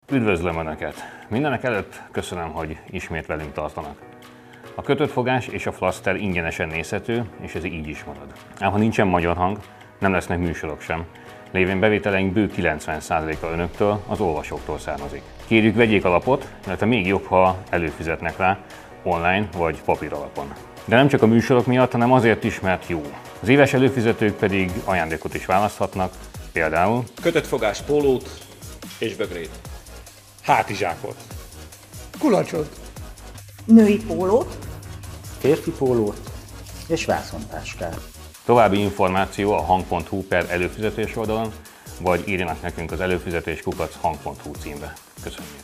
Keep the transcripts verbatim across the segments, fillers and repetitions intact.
Üdvözlöm Önöket! Mindenek előtt köszönöm, hogy ismét velünk tartanak. A kötött fogás és a flaszter ingyenesen nézhető, és ez így is marad. Ám ha nincsen magyar hang, nem lesznek műsorok sem. Lévén bevételeink bő kilencven százaléka Önöktől, az olvasóktól származik. Kérjük, vegyék a lapot, illetve még jobb, ha előfizetnek rá, online vagy papír alapon. De nem csak a műsorok miatt, hanem azért is, mert jó. Az éves előfizetők pedig ajándékot is választhatnak, például kötött fogás pólót és bögrét. Hátizsákot. Kulacsot. Női pólót. Férfi pólót és vászontáskát. További információ a hang pont hu per előfizetés oldalon, vagy írjanak nekünk az előfizetés kukac hang pont hu címbe. Köszönjük!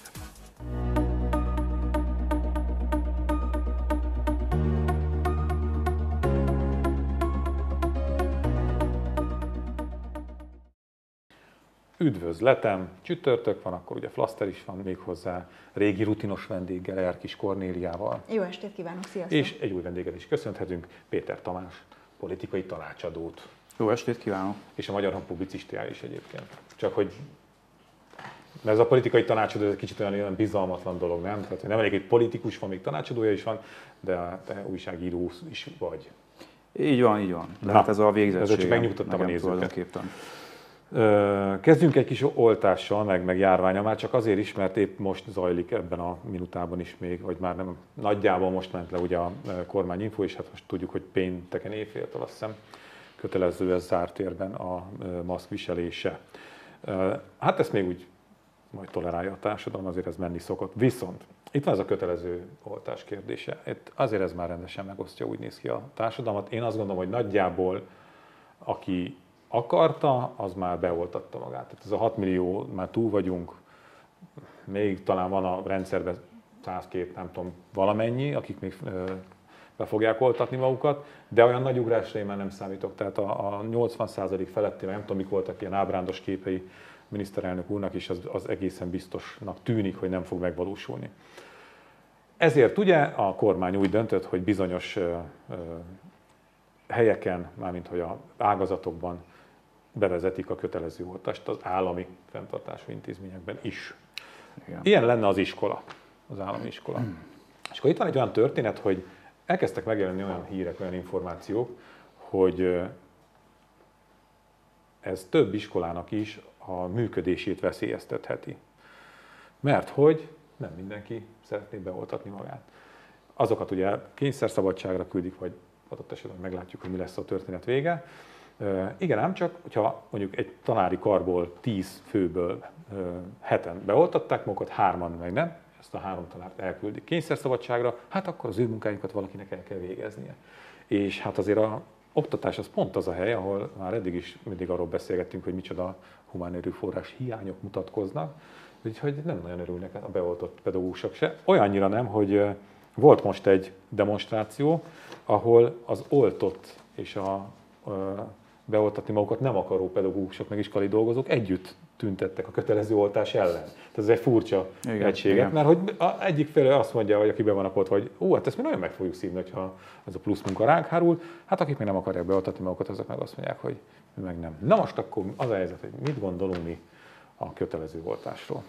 Üdvözletem! Csütörtök van, akkor ugye flaszter is van még hozzá, régi rutinos vendéggel, Erkis Kornéliával. Jó estét kívánok, sziasztok! És egy új vendéget is köszönhetünk, Péter Tamás, politikai tanácsadót. Jó estét kívánok! És a Magyar Hang publicistája is egyébként. Csak hogy mert ez a politikai tanácsadó ez egy kicsit olyan, olyan bizalmatlan dolog, nem? Tehát nem elég egy politikus van, még tanácsadója is van, de te újságíró is vagy. Így van, így van. De Na, hát ez a végzettség. Csak megnyugtattam a nézőket. Kezdjünk egy kis oltással, meg, meg járványa, már csak azért is, mert épp most zajlik ebben a minutában is még, vagy már nem, nagyjából most ment le ugye a kormányinfo, és hát most tudjuk, hogy pénteken éjféltől azt hiszem kötelező ez zárt térben a maszk viselése. Hát ezt még úgy majd tolerálja a társadalom, azért ez menni szokott. Viszont itt van ez a kötelező oltás kérdése. Itt azért ez már rendesen megosztja, úgy néz ki a társadalmat. Én azt gondolom, hogy nagyjából aki akarta, az már beoltatta magát. Tehát ez a hat millió, már túl vagyunk, még talán van a rendszerben százkettő, nem tudom, valamennyi, akik még be fogják oltatni magukat, de olyan nagy ugrásra én már nem számítok. Tehát a, a nyolcvan százalék feletti, nem tudom, mik voltak ilyen ábrándos képei miniszterelnök úrnak is, az, az egészen biztosnak tűnik, hogy nem fog megvalósulni. Ezért ugye a kormány úgy döntött, hogy bizonyos ö, ö, helyeken, mármint hogy a ágazatokban bevezetik a kötelező oltást az állami fenntartású intézményekben is. Igen. Ilyen lenne az iskola, az állami iskola. Mm. És akkor itt van egy olyan történet, hogy elkezdtek megjelenni olyan hírek, olyan információk, hogy ez több iskolának is a működését veszélyeztetheti. Mert hogy nem mindenki szeretné beoltatni magát. Azokat ugye kényszerszabadságra küldik, vagy adott esetben meglátjuk, hogy mi lesz a történet vége. E, igen, ám csak, hogyha mondjuk egy tanári karból tíz főből e, heten beoltatták magukat, hárman meg nem, ezt a három tanárt elküldik kényszerszabadságra, hát akkor az ő munkájukat valakinek el kell végeznie. És hát azért a oktatás az pont az a hely, ahol már eddig is mindig arról beszélgettünk, hogy micsoda humán erőforrás hiányok mutatkoznak, úgyhogy nem nagyon örülnek a beoltott pedagógusok se. Olyannyira nem, hogy volt most egy demonstráció, ahol az oltott és a, a beoltatni magukat nem akaró pedagógusok, meg iskolai dolgozók együtt tüntettek a kötelező oltás ellen. Tehát ez egy furcsa igen, egységet, igen. Mert hogy a egyik fél azt mondja, hogy aki be van akkor, hogy ó, hát ezt mi nagyon meg fogjuk szívni, hogyha ez a plusz munka ránk hárul, hát akik még nem akarják beoltatni magukat, azok meg azt mondják, hogy mi meg nem. Na most akkor az a helyzet, hogy mit gondolunk mi a kötelező oltásról?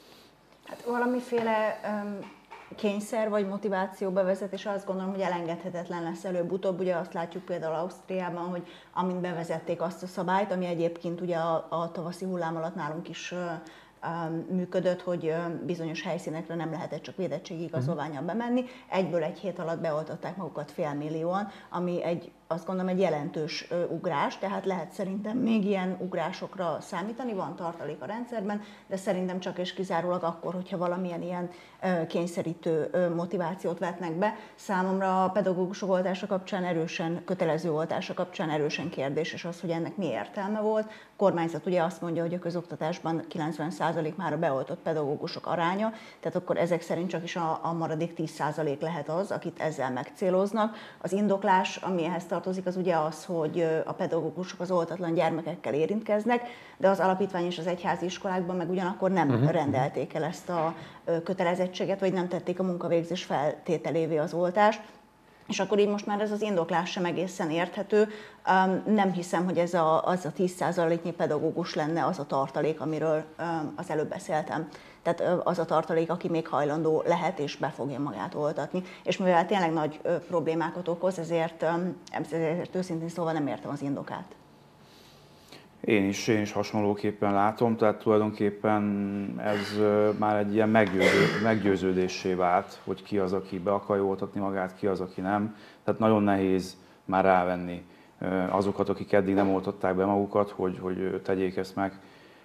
Hát valamiféle um... kényszer vagy motiváció bevezetés, azt gondolom, hogy elengedhetetlen lesz előbb-utóbb. Ugye azt látjuk például Ausztriában, hogy amint bevezették azt a szabályt, ami egyébként ugye a, a tavaszi hullám alatt nálunk is uh, uh, működött, hogy uh, bizonyos helyszínekre nem lehetett csak védettségi igazolvánnyal bemenni. Egyből egy hét alatt beoltották magukat félmillióan, ami egy, azt gondolom, egy jelentős uh, ugrás, tehát lehet szerintem még ilyen ugrásokra számítani, van tartalék a rendszerben, de szerintem csak és kizárólag akkor, hogyha valamilyen ilyen uh, kényszerítő uh, motivációt vetnek be. Számomra a pedagógusok oltása kapcsán erősen, kötelező oltása kapcsán erősen kérdéses az, hogy ennek mi értelme volt. A kormányzat ugye azt mondja, hogy a közoktatásban kilencven százalék már a beoltott pedagógusok aránya, tehát akkor ezek szerint csak is a, a maradék tíz százalék lehet az, akit ezzel megcéloznak. Az indoklás, ami ehhez tartozik, az ugye az, hogy a pedagógusok az oltatlan gyermekekkel érintkeznek, de az alapítvány és az egyházi iskolákban meg ugyanakkor nem uh-huh. rendelték el ezt a kötelezettséget, vagy nem tették a munkavégzés feltételévé az oltást. És akkor így most már ez az indoklás sem egészen érthető. Nem hiszem, hogy ez a, az a tíz százaléknyi pedagógus lenne az a tartalék, amiről az előbb beszéltem. Tehát az a tartalék, aki még hajlandó lehet és be fogja magát oltatni. És mivel tényleg nagy problémákat okoz, ezért, ezért őszintén szóval nem értem az indokát. Én is, én is hasonlóképpen látom, tehát tulajdonképpen ez már egy ilyen meggyőző, meggyőződéssé vált, hogy ki az, aki be akarja oltatni magát, ki az, aki nem. Tehát nagyon nehéz már rávenni azokat, akik eddig nem oltották be magukat, hogy, hogy tegyék ezt meg.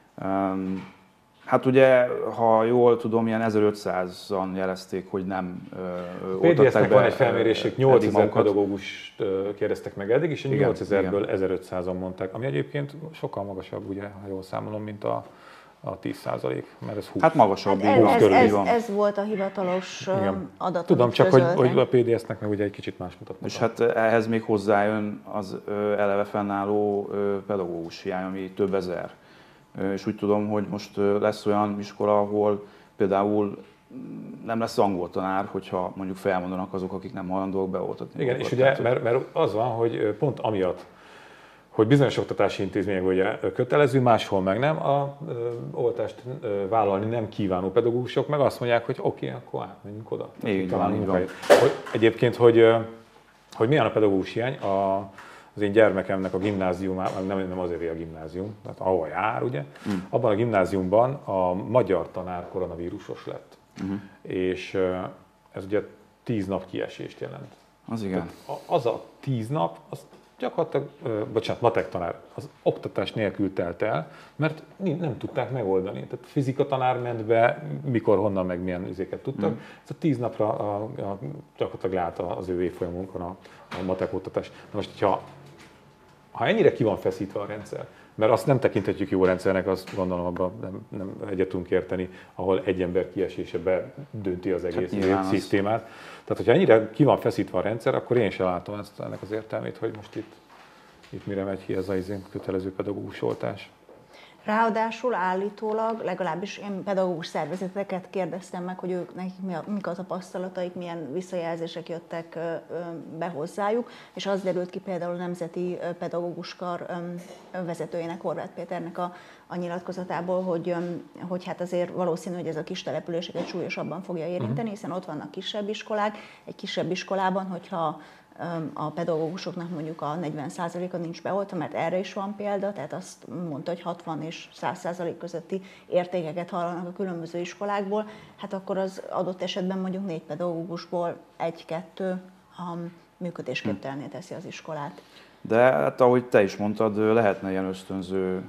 Hát ugye, ha jól tudom, ilyen ezerötszázan jelezték, hogy nem oltatták be. Van egy felmérésük, nyolcezer pedagógust kérdeztek meg eddig, és nyolcezerből ezerötszázan mondták, ami egyébként sokkal magasabb, ugye, ha jól számolom, mint a, a tíz százalék, mert ez húsz. Hát magasabb, hát húsz ez, körül ez, van. Ez volt a hivatalos Igen. adat. Tudom, csak hogy, hogy a pé dé es-nek meg ugye egy kicsit más mutatnak. És hát ehhez még hozzájön az eleve fennálló pedagógus hiány, ami több ezer. És úgy tudom, hogy most lesz olyan iskola, ahol például nem lesz angol tanár, hogyha mondjuk felmondanak azok, akik nem hajlandóak beoltatni. Igen, és ugye, mert, mert az van, hogy pont amiatt, hogy bizonyos oktatási intézmények ugye kötelező, máshol meg nem, a ö, oltást ö, vállalni nem kívánó pedagógusok meg azt mondják, hogy oké, okay, akkor átmenjünk oda. Így van, így van. Hogy, egyébként, hogy, hogy milyen a pedagógus hiány, a, az én gyermekemnek a gimnáziumában, nem, nem azért a gimnázium, tehát ahol jár, ugye, mm. abban a gimnáziumban a magyar tanár koronavírusos lett. Mm. És ez ugye tíz nap kiesést jelent. Az igen. Tehát az a tíz nap, az gyakorlatilag, bocsánat, matek tanár, az oktatás nélkül telt el, mert nem tudták megoldani. Tehát fizika tanár ment be, mikor, honnan, meg milyen üzéket tudtak. Mm. Ez a tíz napra a, a, gyakorlatilag leállt az ő évfolyamunkon a, a matek oktatás. Na most, hogyha ha ennyire ki van feszítve a rendszer, mert azt nem tekinthetjük jó rendszernek, azt gondolom, abban nem, nem egyet tudunk érteni, ahol egy ember kiesése dönti az egész hát szisztémát. Az... Tehát, hogyha ennyire ki van feszítve a rendszer, akkor én sem látom ezt, ennek az értelmét, hogy most itt, itt mire megy ki ez a kötelező pedagógus oltás. Ráadásul állítólag, legalábbis én pedagógus szervezeteket kérdeztem meg, hogy ők nekik mi a, mik a tapasztalataik, milyen visszajelzések jöttek be hozzájuk, és az derült ki például a Nemzeti Pedagóguskar vezetőjének, Horváth Péternek a, a nyilatkozatából, hogy, hogy hát azért valószínű, hogy ez a kis településeket súlyosabban fogja érinteni, hiszen ott vannak kisebb iskolák, egy kisebb iskolában, hogyha a pedagógusoknak mondjuk a negyven százaléka nincs beoltva, mert erre is van példa, tehát azt mondta, hogy hatvan és száz százalék közötti értékeket hallanak a különböző iskolákból, hát akkor az adott esetben mondjuk négy pedagógusból egy-kettő működésképtelenné teszi az iskolát. De hát ahogy te is mondtad, lehetne ilyen ösztönző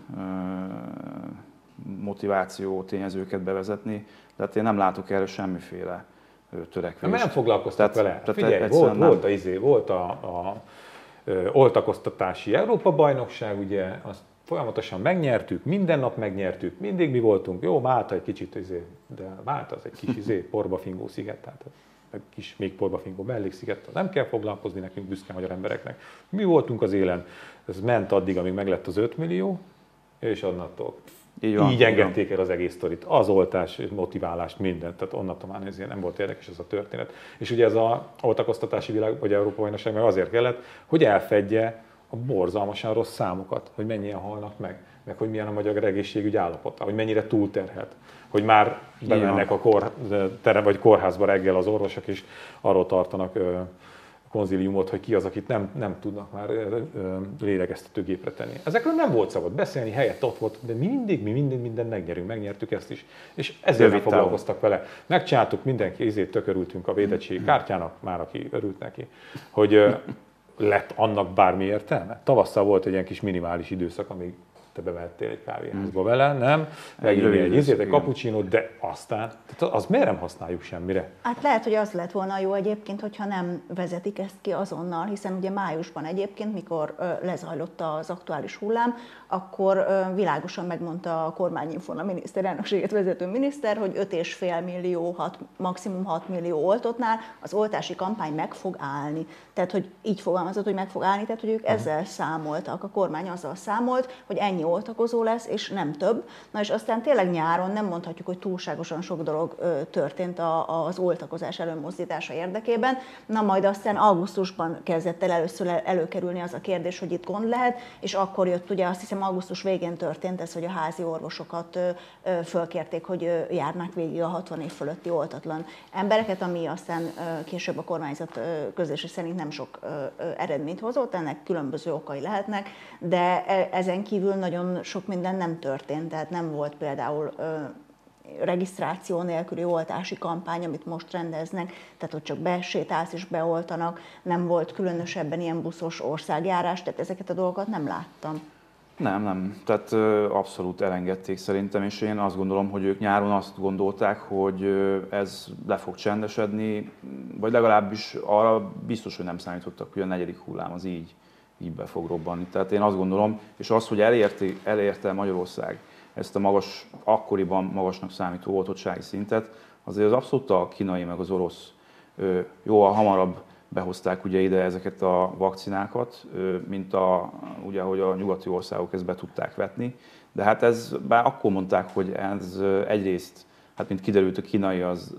motiváció tényezőket bevezetni, de hát én nem látok erre semmiféle törekvés. Mert nem foglalkoztak tehát, vele. Tehát Figyelj, volt, volt, a, izé, volt a, a, a oltakoztatási Európa-bajnokság, ugye, azt folyamatosan megnyertük, minden nap megnyertük, mindig mi voltunk, jó, Málta egy kicsit, izé, de Málta az egy kis izé, porbafingó sziget, tehát egy kis még porbafingó melléksziget, nem kell foglalkozni nekünk büszke magyar embereknek. Mi voltunk az élen, ez ment addig, amíg meglett az öt millió, és onnantól Így, van, így engedték el az egész sztorit, az oltás, motiválást, mindent, tehát onnantól már ezért nem volt érdekes ez a történet. És ugye ez a oltakoztatási világ, vagy Európa-bajnokság meg azért kellett, hogy elfedje a borzalmasan rossz számokat, hogy mennyien halnak meg, meg hogy milyen a magyar egészségügy állapota, hogy mennyire túlterhelt, hogy már bemennek a kor, terem, vagy kórházba reggel az orvosok, és arról tartanak konzíliumot, hogy ki az, akit nem, nem tudnak már lélegeztetőgépre tenni. Ezekről nem volt szabad beszélni, helyett ott volt, de mindig, mi minden, minden megnyerünk, megnyertük ezt is. És ezért nem foglalkoztak vele. Megcsináltuk, mindenki, ezért tökörültünk a védettségi kártyának, már aki örült neki, hogy lett annak bármi értelme. Tavasszal volt egy ilyen kis minimális időszak, amíg te bemehettél egy kávéházba hmm. vele, nem? Meginni egy ízét, egy cappuccinót, de aztán, tehát az miért nem használjuk semmire? Hát lehet, hogy az lett volna jó egyébként, hogyha nem vezetik ezt ki azonnal, hiszen ugye májusban egyébként, mikor ö, lezajlott az aktuális hullám, akkor ö, világosan megmondta a kormányinfón a miniszterelnökséget vezető miniszter, hogy öt és fél millió, hat, maximum hat millió oltottnál az oltási kampány meg fog állni. Tehát, hogy így fogalmazott, hogy meg fog állni, tehát, hogy ők ezzel számoltak, a kormány azzal számolt, hogy ennyi ennyi oltakozó lesz, és nem több. Na és aztán tényleg nyáron nem mondhatjuk, hogy túlságosan sok dolog történt az oltakozás előmozdítása érdekében. Na majd aztán augusztusban kezdett el először előkerülni az a kérdés, hogy itt gond lehet, és akkor jött ugye azt hiszem augusztus végén történt ez, hogy a házi orvosokat fölkérték, hogy járnak végig a hatvan év fölötti oltatlan embereket, ami aztán később a kormányzat közlése szerint nem sok eredményt hozott, ennek különböző okai lehetnek, de ezen kívül nagyon sok minden nem történt, tehát nem volt például regisztráció nélküli oltási kampány, amit most rendeznek, tehát hogy csak besétálsz és beoltanak, nem volt különösebben ilyen buszos országjárás, tehát ezeket a dolgokat nem láttam. Nem, nem. Tehát abszolút elengedték szerintem, és én azt gondolom, hogy ők nyáron azt gondolták, hogy ez le fog csendesedni, vagy legalábbis arra biztos, hogy nem számítottak, hogy a negyedik hullám az így, így be fog robbanni. Tehát én azt gondolom, és az, hogy elérte, elérte Magyarország ezt a magas, akkoriban magasnak számító oltottsági szintet, azért az abszolút a kínai meg az orosz jóval hamarabb behozták ugye ide ezeket a vakcinákat, mint a, ugye, hogy a nyugati országok ezt be tudták vetni. De hát ez, bár akkor mondták, hogy ez egyrészt, hát mint kiderült, a kínai az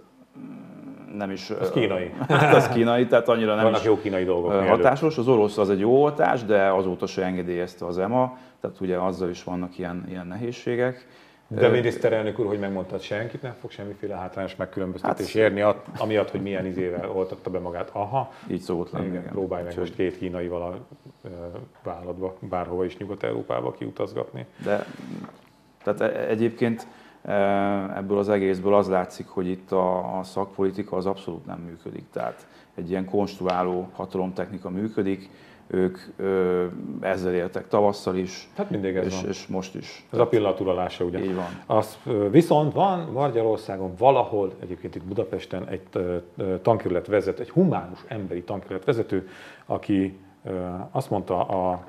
nem is... Az kínai. Hát az kínai, tehát annyira nem Vannak is jó kínai dolgok hatásos. Az orosz az egy jó oltás, de azóta se engedélyezte az é e em á, tehát ugye azzal is vannak ilyen, ilyen nehézségek. De miniszterelnök úr, hogy megmondtad, senkit nem fog semmiféle hátrányos megkülönböztetés hát, érni, amiatt, hogy milyen izével oltatta be magát. Aha, így szokott lenni. Igen, próbálj meg most két kínaival a vállalatba, bárhova is Nyugat-Európába kiutazgatni. De tehát egyébként ebből az egészből az látszik, hogy itt a, a szakpolitika az abszolút nem működik. Tehát egy ilyen konstruáló hatalomtechnika működik, ők ö, ezzel éltek tavasszal is, hát mindig ez és, van. és most is. Ez a pillanat uralása, ugye? Így van. Az, viszont van Magyarországon valahol, egyébként itt Budapesten egy tankerület vezető, egy humánus emberi tankerület vezető, aki azt mondta a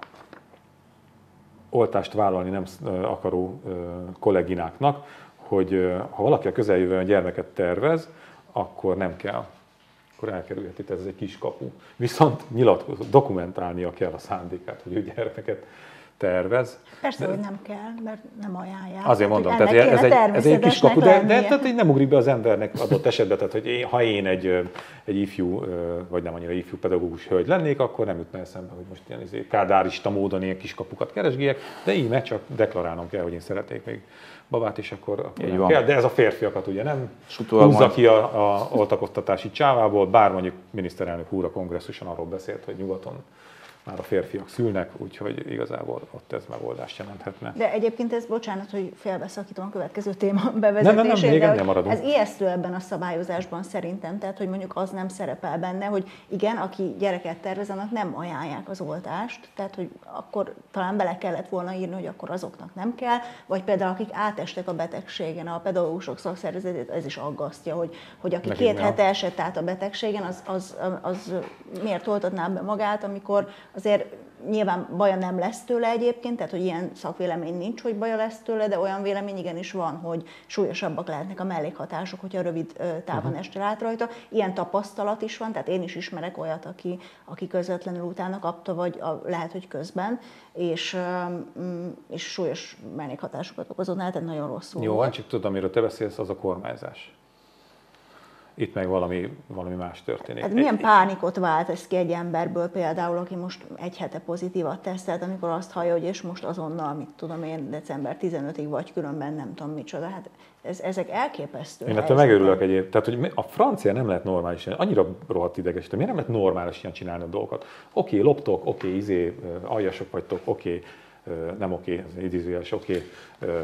oltást vállalni nem akaró kollégináknak, hogy ha valaki a közeljövőben gyermeket tervez, akkor nem kell. Akkor elkerülheti, ez egy kis kapu. Viszont nyilatkozott, dokumentálnia kell a szándékát, hogy ő gyermeket tervez. Persze, de, hogy nem kell, mert nem ajánlják. Azért mondom, tehát ez egy, ez egy kis kapu, de, de tehát nem ugrik be az embernek adott esetben, tehát hogy én, ha én egy, egy ifjú, vagy nem annyira ifjú pedagógus hölgy lennék, akkor nem jutna eszembe, hogy most ilyen izé, kádárista módon ilyen kis kapukat keresgéljek, de íme csak deklarálnom kell, hogy én szeretnék még babát, és akkor, akkor nem kell. De ez a férfiakat ugye nem húzza ki a, a oltakoztatási csávából, bár mondjuk miniszterelnök úr a kongresszuson arról beszélt, hogy nyugaton már a férfiak szülnek, úgyhogy igazából ott ez megoldást jelenthetne. De egyébként ez, bocsánat, hogy félbeszakítom a következő téma bevezetését, nem, nem, nem, még ennél maradunk. Ez ijesztő ebben a szabályozásban szerintem, tehát hogy mondjuk az nem szerepel benne, hogy igen, aki gyereket tervez, annak nem ajánlják az oltást, tehát hogy akkor talán bele kellett volna írni, hogy akkor azoknak nem kell, vagy például akik átestek a betegségen, a pedagógusok szakszervezetét, ez is aggasztja, hogy, hogy aki Nekik két hete esett át a betegségen, az, az, az, az miért oltatná be magát, amikor azért nyilván baja nem lesz tőle egyébként, tehát hogy ilyen szakvélemény nincs, hogy baja lesz tőle, de olyan vélemény igenis van, hogy súlyosabbak lehetnek a mellékhatások, hogyha rövid távon uh-huh. estél át rajta. Ilyen tapasztalat is van, tehát én is ismerek olyat, aki, aki közvetlenül utána kapta, vagy a, lehet, hogy közben, és, és súlyos mellékhatásokat okozott, tehát nagyon rosszul. Jó, van, csak tudom, amiről te beszélsz, az a kormányzás. Itt meg valami, valami más történik. Hát milyen pánikot vált ez ki egy emberből például, aki most egy hete pozitívat tesztelt, amikor azt hallja, hogy és most azonnal, mit tudom én, december tizenötödikéig vagy különben nem tudom micsoda. Hát ez, ezek elképesztő. Én ettől megörülök egyébként. Tehát, hogy a francia nem lehet normálisan, annyira rohadt ideges, miért nem lehet normálisan csinálni a dolgokat? Oké, okay, loptok, oké, okay, izé, aljasok vagytok, oké, okay, nem oké, okay, idézőjeles, oké, okay,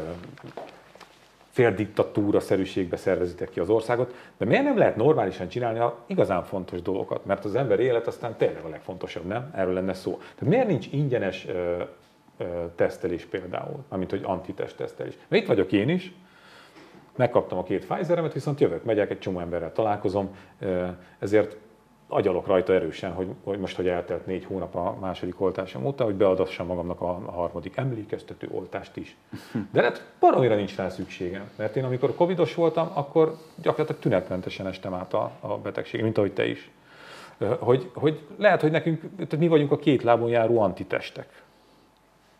féldiktatúra-szerűségbe szervezitek ki az országot, de miért nem lehet normálisan csinálni a igazán fontos dolgokat? Mert az ember élet aztán tényleg a legfontosabb, nem? Erről lenne szó. Tehát miért nincs ingyenes ö, ö, tesztelés például, amint hogy antitest tesztelés? Mert itt vagyok én is, megkaptam a két Pfizeremet, viszont jövök, megyek, egy csomó emberrel találkozom, ezért agyalok rajta erősen, hogy, hogy most, hogy eltelt négy hónap a második oltásom óta, hogy beadassam magamnak a, a harmadik emlékeztető oltást is. De hát baromira nincs rá szükségem, mert én amikor covidos voltam, akkor gyakorlatilag tünetmentesen estem át a, a betegség, mint ahogy te is. Hogy, hogy lehet, hogy nekünk, mi vagyunk a két lábon járó antitestek.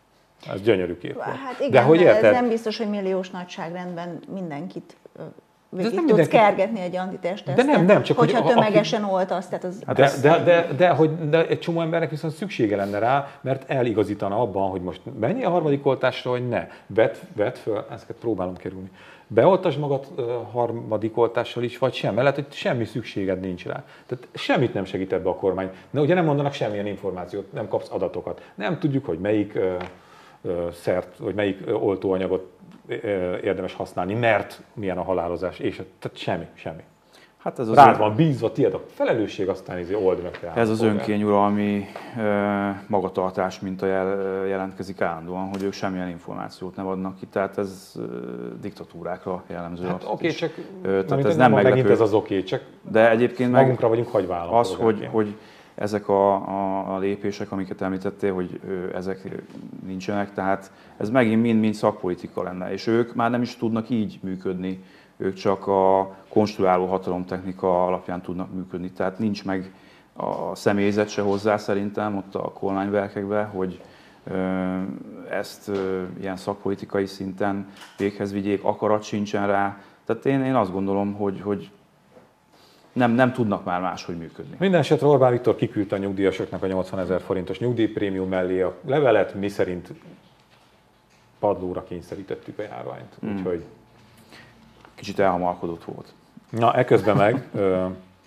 Ez gyönyörű kép volt. Hát igen, de hogy de érted? ez nem biztos, hogy milliós nagyságrendben mindenkit végig tudsz mindenki... kergetni egy antitestteszten, de nem, nem, csak hogyha hogy tömegesen aki... oltasz. Tehát az... Hát de, de, de, de, hogy, de egy csomó embernek viszont szüksége lenne rá, mert eligazítana abban, hogy most mennyi a harmadik oltásra, vagy ne. Vedd, vedd föl, ezeket próbálom kerülni. Beoltasd magad uh, harmadik oltással is, vagy sem. Mert lehet, hogy semmi szükséged nincs rá. Tehát semmit nem segít ebbe a kormány. De ugye nem mondanak semmilyen információt, nem kapsz adatokat. Nem tudjuk, hogy melyik uh, uh, szert, vagy melyik uh, oltóanyagot uh, érdemes használni, mert milyen a halálozás, és tehát semmi, semmi. Hát ez az Rád ön... van bízva, tiéd a felelősség, aztán izé old meg te. Ez az önkényuralmi e, magatartás minta jel, jelentkezik állandóan, hogy ők semmilyen információt nem adnak ki, tehát ez e, diktatúrákra jellemző. Hát oké, okay, csak e, tehát ez nem meglepő. Megint ez az oké, okay, csak de egyébként magunkra meg vagyunk hagyva az, hogy, hogy ezek a, a, a lépések, amiket említettél, hogy ö, ezek nincsenek, tehát ez megint mind-mind szakpolitika lenne, és ők már nem is tudnak így működni. Ők csak a konstruáló hatalomtechnika alapján tudnak működni. Tehát nincs meg a személyzet se hozzá szerintem ott a kormányverkekben, hogy ezt ilyen szakpolitikai szinten véghez vigyék, akarat sincsen rá. Tehát én, én azt gondolom, hogy, hogy nem, nem tudnak már máshogy működni. Minden esetre Orbán Viktor kiküldte a nyugdíjasoknak a nyolcvanezer forintos nyugdíjprémium mellé a levelet, miszerint padlóra kényszerítettük a járványt. Mm. Úgyhogy kicsit elhamarkodott volt. Na, eközben meg, ö,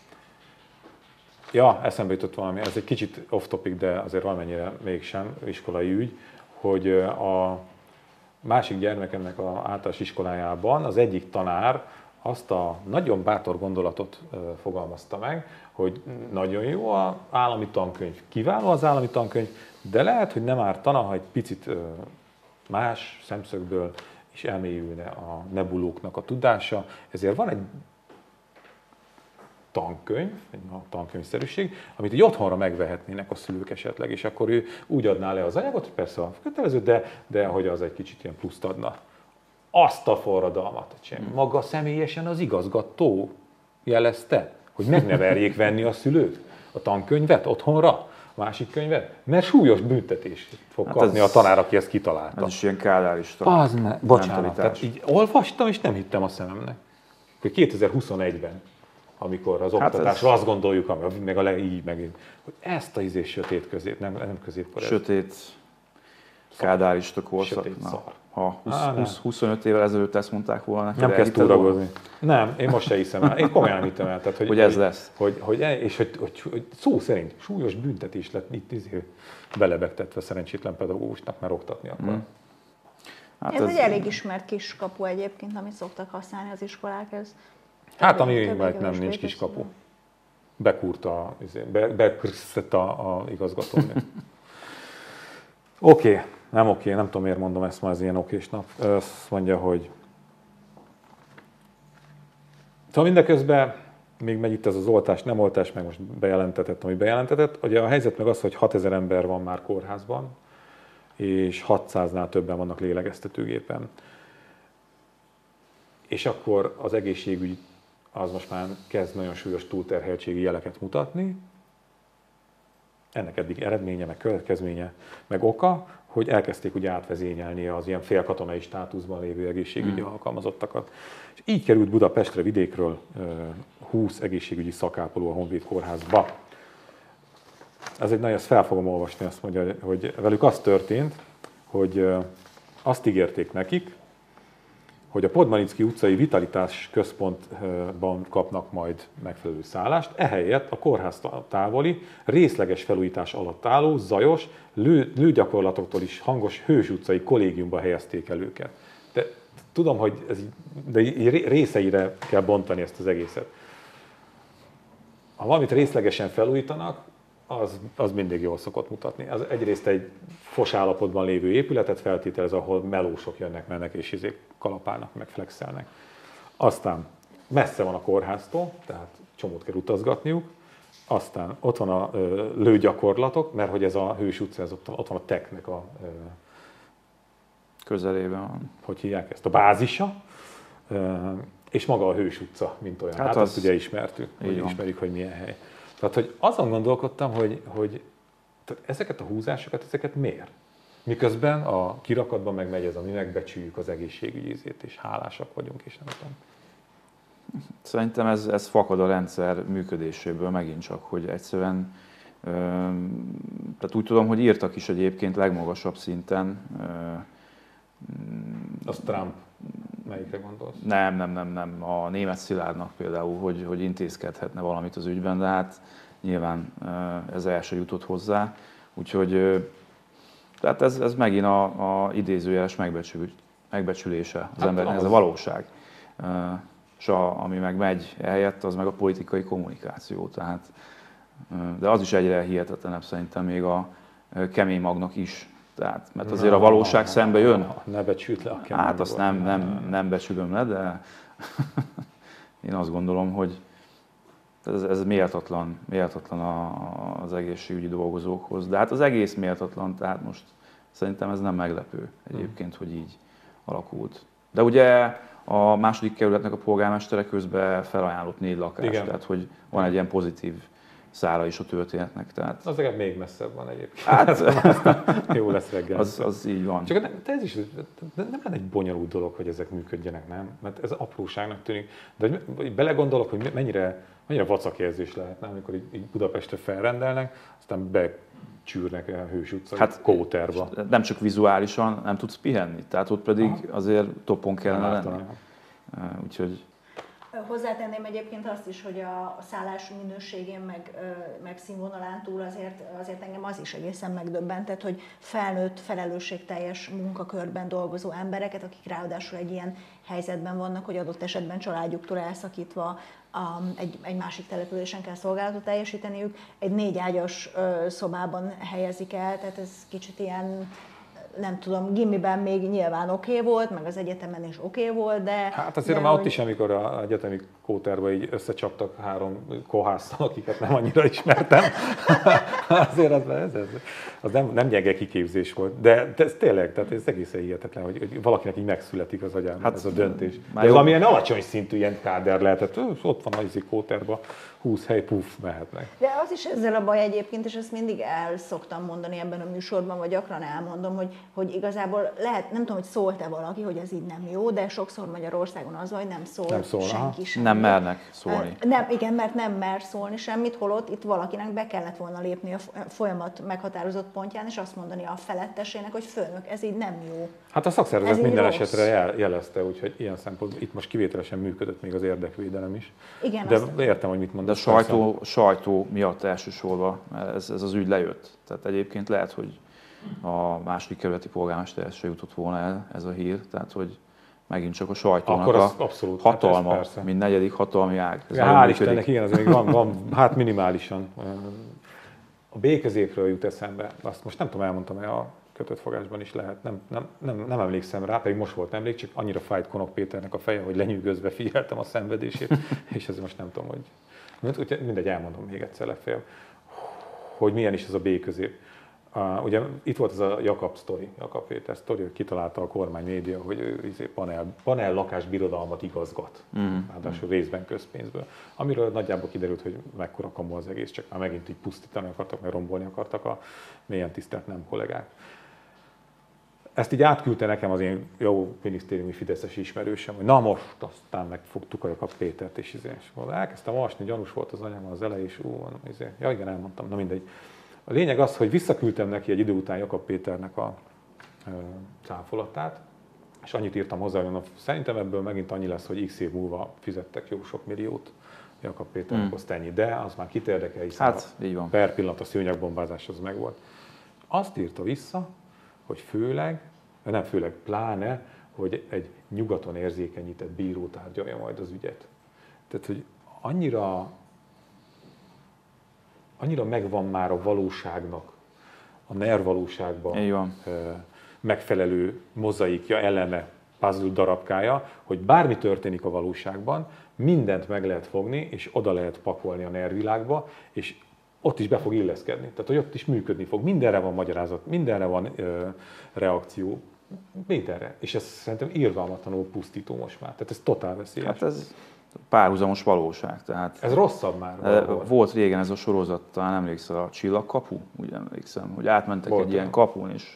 ja, eszembe jutott valami, ez egy kicsit off-topic, de azért valamennyire mégsem iskolai ügy, hogy a másik gyermekemnek az általános iskolájában az egyik tanár azt a nagyon bátor gondolatot ö, fogalmazta meg, hogy nagyon jó az állami tankönyv, kiváló az állami tankönyv, de lehet, hogy nem ártana, ha egy picit ö, más szemszögből és elmélyülne a nebulóknak a tudása. Ezért van egy tankönyv, egy tankönyvszerűség, amit így otthonra megvehetnének a szülők esetleg, és akkor ő úgy adná le az anyagot, persze a kötelező, de, de hogy az egy kicsit ilyen pluszt adna. Azt a forradalmat, hogy maga személyesen az igazgató jelezte, hogy meg ne verjék venni a szülők a tankönyvet otthonra, másik könyvet, mert súlyos büntetést fog hát kapni ez, a tanár, aki ezt kitalálta. Ez is ilyen kádárista. Az me, bocsánat, tehát így olvastam, és nem hittem a szememnek. Hogy kétezer-huszonegyben, amikor az oktatásra hát ez... azt gondoljuk, ami meg a le, így megint, hogy ezt a izés sötét közép, nem, nem középkor. Sötét, kádárista korszak. Ha húsz-huszonöt évvel ezelőtt ezt mondták volna. Nem kezd túragozni. Nem, én most se hiszem el. Én komolyan hittem el. Tehát, hogy, hogy ez hogy, lesz. Hogy, hogy, és hogy, hogy, hogy szó szerint súlyos büntetés lett itt izé belebegtetve szerencsétlen pedagógusnak, mert oktatni akar. Hmm. Hát ez, ez egy elég ismert kiskapu egyébként, amit szoktak használni az iskolák. Ez hát ami meg nem nincs kiskapu. Bekúrta, be, bekrszett a, a igazgatónő. Oké. Okay. Nem oké, nem tudom miért mondom ezt ma, ez ilyen okés nap. Azt mondja, hogy... Szóval mindeközben még megy itt ez az oltás, nem oltás, meg most bejelentetett, ami bejelentetett. Ugye a helyzet meg az, hogy hatezer ember van már kórházban, és hatszáznál többen vannak lélegeztetőgépen. És akkor az egészségügy az most már kezd nagyon súlyos túlterheltségi jeleket mutatni. Ennek eddig eredménye, meg következménye, meg oka, hogy elkezdték ugye átvezényelni az ilyen félkatonai státuszban lévő egészségügyi hmm. alkalmazottakat. És így került Budapestre vidékről húsz egészségügyi szakápoló a Honvéd kórházba. Ez egy nagyon, ezt fel fogom olvasni, azt mondja, hogy velük az történt, hogy azt ígérték nekik, hogy a Podmanicki utcai Vitalitás központban kapnak majd megfelelő szállást, ehelyett a kórház távoli, részleges felújítás alatt álló, zajos, lő, lőgyakorlatoktól is hangos Hős utcai kollégiumba helyezték el őket. De tudom, hogy ez, de részeire kell bontani ezt az egészet. Ha valamit részlegesen felújítanak, az, az mindig jól szokott mutatni. Az egyrészt egy fos állapotban lévő épületet feltételez, ahol melósok jönnek, mennek és izék kalapálnak, meg flexelnek. Aztán messze van a kórháztól, tehát csomót kell utazgatniuk. Aztán ott van a ö, lőgyakorlatok, mert hogy ez a Hős utca, ez ott, ott van a teknek a... Ö, közelében van. Hogy hívják ezt? A bázisa. Ö, és maga a Hős utca, mint olyan. Hát, hát az, azt ugye ismertük, hogy ismerjük, hogy milyen hely. Tehát, hogy azon gondolkodtam, hogy, hogy ezeket a húzásokat, ezeket miért? Miközben a kirakatban meg megy ez, ami megbecsüljük az egészségügyézét, és hálásak vagyunk, és nem tudom. Szerintem ez, ez fakad a rendszer működéséből megint csak, hogy egyszerűen, ö, tehát úgy tudom, hogy írtak is egyébként legmagasabb szinten. Ö, Az Trump, melyikre gondolsz? Nem, nem, nem, nem. A német Szilárdnak például, hogy, hogy intézkedhetne valamit az ügyben, de hát nyilván ez el se jutott hozzá. Úgyhogy tehát ez, ez megint a, a idézőjeles megbecsül, megbecsülése az hát embernek, ez a valóság. És a, ami meg megy eljött, az meg a politikai kommunikáció. Tehát, de az is egyre hihetetlenebb szerintem még a kemény magnak is. Tehát, mert azért a valóság szembe jön. Ne becsült le a kemény. Hát azt nem, nem, nem becsülöm le, de én azt gondolom, hogy ez, ez méltatlan, méltatlan az egészségügyi dolgozókhoz. De hát az egész méltatlan, tehát most szerintem ez nem meglepő egyébként, hogy így alakult. De ugye a második kerületnek a polgármestere közben felajánlott négy lakást, igen. Tehát hogy van egy ilyen pozitív szára is a történetnek. Tehát... Az legalább még messzebb van egyébként. Hát, jó lesz reggel. Az, az így van. Csak de ez is nem lenne egy bonyolult dolog, hogy ezek működjenek, nem? Mert ez apróságnak tűnik. De hogy belegondolok, hogy mennyire, mennyire vacak érzés lehetne, amikor így, így Budapestre felrendelnek, aztán becsűrnek a Hős utcai hát, kóterba. Nem csak vizuálisan, nem tudsz pihenni. Tehát ott pedig aha. azért toppon kellene lenni. Úgyhogy... Hozzátenném egyébként azt is, hogy a szállás minőségén meg, meg színvonalán túl azért, azért engem az is egészen megdöbbentett, hogy felnőtt, felelősségteljes munkakörben dolgozó embereket, akik ráadásul egy ilyen helyzetben vannak, hogy adott esetben családjuktól elszakítva um, egy, egy másik településen kell szolgálatot teljesíteniük, egy négy ágyas uh, szobában helyezik el, tehát ez kicsit ilyen, nem tudom, gimiben még nyilván oké okay volt, meg az egyetemen is oké okay volt, de... Hát azért már hogy... ott is, amikor az egyetemi kóterba így összecsaptak három kohásszal, akiket nem annyira ismertem, azért az, ez, ez, az nem, nem gyenge kiképzés volt. De ez tényleg, tehát ez egészen hihetetlen, hogy, hogy valakinek így megszületik az agyában hát, ez a döntés. De ez valamilyen alacsony szintű ilyen káder lehetett, ott van az kóterba, húsz hely, puff, mehetnek. De az is ezzel a baj egyébként, és ezt mindig el szoktam mondani ebben a műsorban, vagy gyakran elmondom, hogy, hogy igazából lehet, nem tudom, hogy szólt-e valaki, hogy ez így nem jó, de sokszor Magyarországon az, hogy nem szól, nem szól senki sem. Nem mernek szólni. Nem, igen, mert nem mer szólni semmit, holott itt valakinek be kellett volna lépni a folyamat meghatározott pontján, és azt mondani a felettesének, hogy főnök, ez így nem jó. Hát a szakszervezet minden rossz. Esetre jel, jelezte, úgyhogy ilyen szempontból itt most kivételesen működött még az érdekvédelem is. Igen, de azt... értem, hogy mit mondasz. De a sajtó, sajtó miatt elsősorban ez, ez az ügy lejött. Tehát egyébként lehet, hogy a második kerületi polgármesterhez se jutott volna el ez a hír, tehát hogy megint csak a sajtónak a abszolút, hatalma, hát mint negyedik hatalmi ág. Ja, hál' Istennek, igen, az még van, van, hát minimálisan. A B-középről jut eszembe, azt most nem tudom, elmondtam-e, a kötött fogásban is lehet, nem, nem, nem, nem emlékszem rá, pedig most volt emlék, csak annyira fájt Konok Péternek a feje, hogy lenyűgözve figyeltem a szenvedését, és ez most nem tudom, hogy... Mindegy, elmondom még egyszer legfeljebb, hogy milyen is ez a B-közép. Uh, ugye itt volt ez a Jakab sztori, Jakab Péter sztori, hogy kitalálta a kormány média, hogy ő panel, panel lakásbirodalmat igazgat, mm. ráadásul részben közpénzből. Amiről nagyjából kiderült, hogy mekkora kamu az egész, csak már megint így pusztítani akartak, meg rombolni akartak a mélyen tisztelt nem kollégák. Ezt így átküldte nekem az én jó minisztériumi fideszes ismerősem, hogy na most, aztán megfogtuk a Jakab Pétert, és, izé, és elkezdtem olvasni, gyanús volt az anyám az elején, és ú, izé. Ja igen, elmondtam, na mindegy. A lényeg az, hogy visszaküldtem neki egy idő után Jakab Péternek a e, cáfolatát, és annyit írtam hozzá, hogy szerintem ebből megint annyi lesz, hogy x év múlva fizettek jó sok milliót Jakab Péternek, azt ennyi, de az már kit érdekel, hiszen hát, így van. Per pillanat a szőnyegbombázás az megvolt. Azt írta vissza, hogy főleg, nem főleg, pláne, hogy egy nyugaton érzékenyített bíró tárgyalja majd az ügyet. Tehát, hogy annyira annyira megvan már a valóságnak, a NER valóságban megfelelő mozaikja, eleme, puzzle darabkája, hogy bármi történik a valóságban, mindent meg lehet fogni, és oda lehet pakolni a NER világba, és ott is be fog illeszkedni. Tehát, hogy ott is működni fog. Mindenre van magyarázat, mindenre van ö, reakció, mindenre. És ez szerintem irgalmatlanul pusztító most már. Tehát ez totál veszélyes. Hát ez párhuzamos valóság. Tehát ez rosszabb már. Valahol. Volt régen ez a sorozat, talán emlékszel, a Csillagkapu, úgy emlékszem, hogy átmentek volt, egy ilyen kapun, és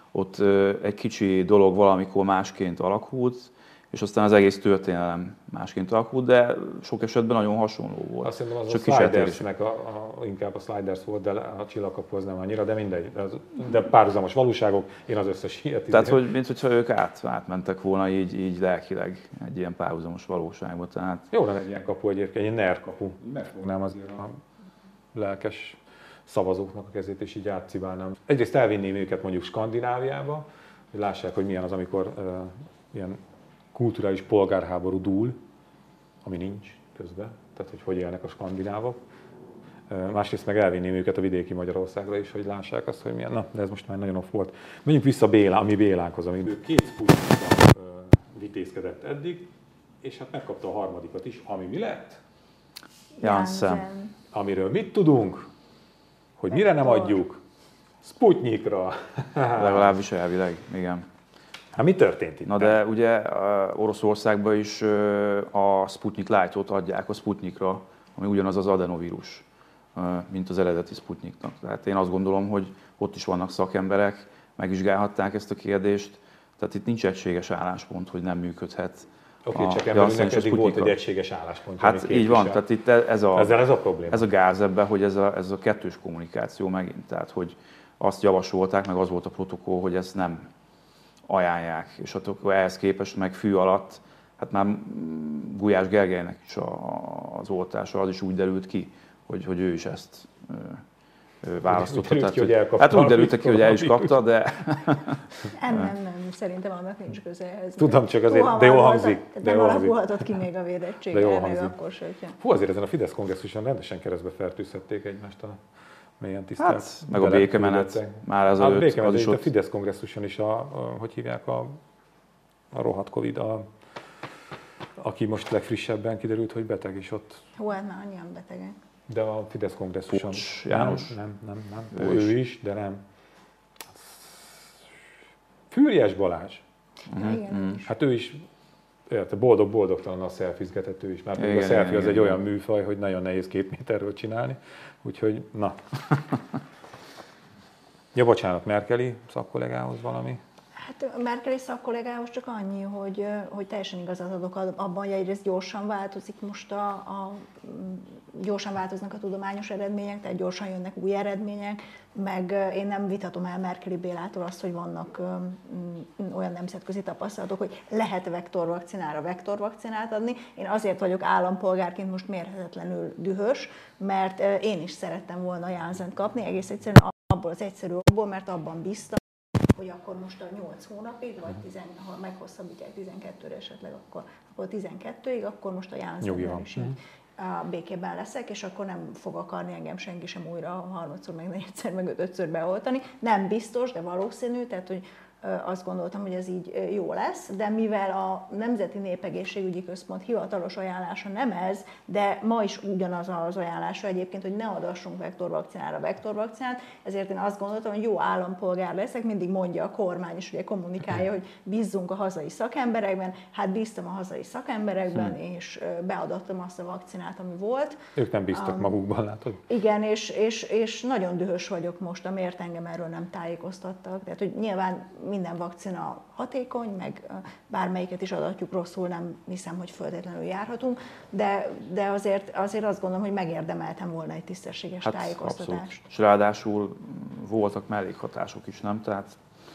ott egy kicsi dolog valamikor másként alakult, és aztán az egész történelem másként alakult, de sok esetben nagyon hasonló volt. Azt hiszem, az Csak a Slidersnek, a, a, inkább a Sliders volt, de a Csillagkapu az nem annyira, de mindegy. De, az, de párhuzamos valóságok, én az összes ilyet. Tehát, hogy, mint hogyha ők át, átmentek volna így, így lelkileg egy ilyen párhuzamos valóságba. Tehát... Jó lenne egy ilyen kapu egyébként, egy NER kapu. Megfognám azért a lelkes szavazóknak a kezét, és így átcibálnám. Egyrészt elvinném őket mondjuk Skandináviába, hogy lássák, hogy milyen az, amikor uh, ilyen kulturális polgárháború dúl, ami nincs közben, tehát hogy hogy élnek a skandinávok. Másrészt meg elvinném őket a vidéki Magyarországra is, hogy lássák azt, hogy milyen. Na, de ez most már nagyon off volt. Menjünk vissza Bélá, ami Bélánkhoz, ami két Sputnikban vitézkedett eddig, és hát megkapta a harmadikat is, ami mi lett? Janssen. Amiről mit tudunk? Hogy mire nem adjuk? Sputnikra. Legalábbis elvileg, igen. Hát mi történt itt? Na de ugye Oroszországban is a Sputnik Light-ot adják a Sputnikra, ami ugyanaz az adenovírus, mint az eredeti Sputniknak. Tehát én azt gondolom, hogy ott is vannak szakemberek, megvizsgálhatták ezt a kérdést, tehát itt nincs egységes álláspont, hogy nem működhet. Oké, okay, csak emberünknek eddig volt egy egységes álláspont. Hát így van, tehát itt ez a, ezzel ez a probléma. Ez a gáz ebben, hogy ez a, ez a kettős kommunikáció megint, tehát hogy azt javasolták, meg az volt a protokoll, hogy ezt nem ajánlják, és akkor ehhez képest meg fű alatt, hát már Gulyás Gergelynek is az oltása, az is úgy derült ki, hogy, hogy ő is ezt ő választotta. Úgy ki, tehát, hát úgy derült ki, hogy el is kapta, de... Nem, nem, nem, szerintem annak nincs köze ehhez. Tudom, csak azért, de jól hangzik. De nem alakulhatott ki még a védettség, de jól meg hangzik. akkor se, hogyha... Hú, azért ezen a Fidesz kongresszuson rendesen keresztbe fertőzhették egymást a mélyen tisztelt. Hát, meg a békemenet már az hát, előtt, az is ott... A Fidesz kongresszuson is a, a hogy hívják, a, a rohadt Covid, a, aki most legfrissebben kiderült, hogy beteg is ott. Hú, hát már annyian betegek. De a Fidesz kongresszuson. Pucs, János. Nem, nem, nem. nem. Ő, ő, is. ő is, de nem. Fűrjes Balázs. Uh-huh. Igen, Mm. Hát ő is, érte, boldog-boldogtalan a szelfizgetett ő is. Már Igen, a szelfi az igen, egy igen. olyan műfaj, hogy nagyon nehéz két méterről csinálni. Úgyhogy, na. Ja, bocsánat, Merkeli szakkollégához valami? Hát a Merkeli szakkollégához csak annyi, hogy, hogy teljesen igazat adok abban, hogy egyrészt gyorsan változik most a, a gyorsan változnak a tudományos eredmények, tehát gyorsan jönnek új eredmények, meg én nem vitatom el Merkeli Bélától azt, hogy vannak olyan nemzetközi tapasztalatok, hogy lehet vektorvakcinára vektorvakcinát adni. Én azért vagyok állampolgárként most mérhetetlenül dühös, mert én is szerettem volna Janssent kapni, egész egyszerűen abból az egyszerű okból, mert abban bíztam, hogy akkor most a nyolc hónapig, vagy tizen, ha meghosszabbítják tizenkettőre esetleg, akkor, akkor tizenkettőig, akkor most a Janssennel is így a békében leszek, és akkor nem fog akarni engem senki sem újra harmadszor, meg negyedszer, meg ötödször beoltani. Nem biztos, de valószínű, tehát hogy azt gondoltam, hogy ez így jó lesz, de mivel a Nemzeti Népegészségügyi Központ hivatalos ajánlása nem ez, de ma is ugyanaz az ajánlása egyébként, hogy ne adassunk vektorvakcinára vektorvakcinát, ezért én azt gondoltam, hogy jó állampolgár leszek, mindig mondja a kormány is, ugye kommunikálja, hogy bízzunk a hazai szakemberekben, hát bíztam a hazai szakemberekben, hmm. és beadattam azt a vakcinát, ami volt. Ők nem bíztak um, magukban, látod? Igen, és, és, és nagyon dühös vagyok most, amiért engem erről nem tájékoztattak. Tehát, hogy nyilván minden vakcina hatékony, meg bármelyiket is adatjuk rosszul, nem hiszem, hogy föltétlenül járhatunk, de, de azért, azért azt gondolom, hogy megérdemeltem volna egy tisztességes hát, tájékoztatást. Abszolút. És ráadásul voltak mellékhatások is, nem? Tehát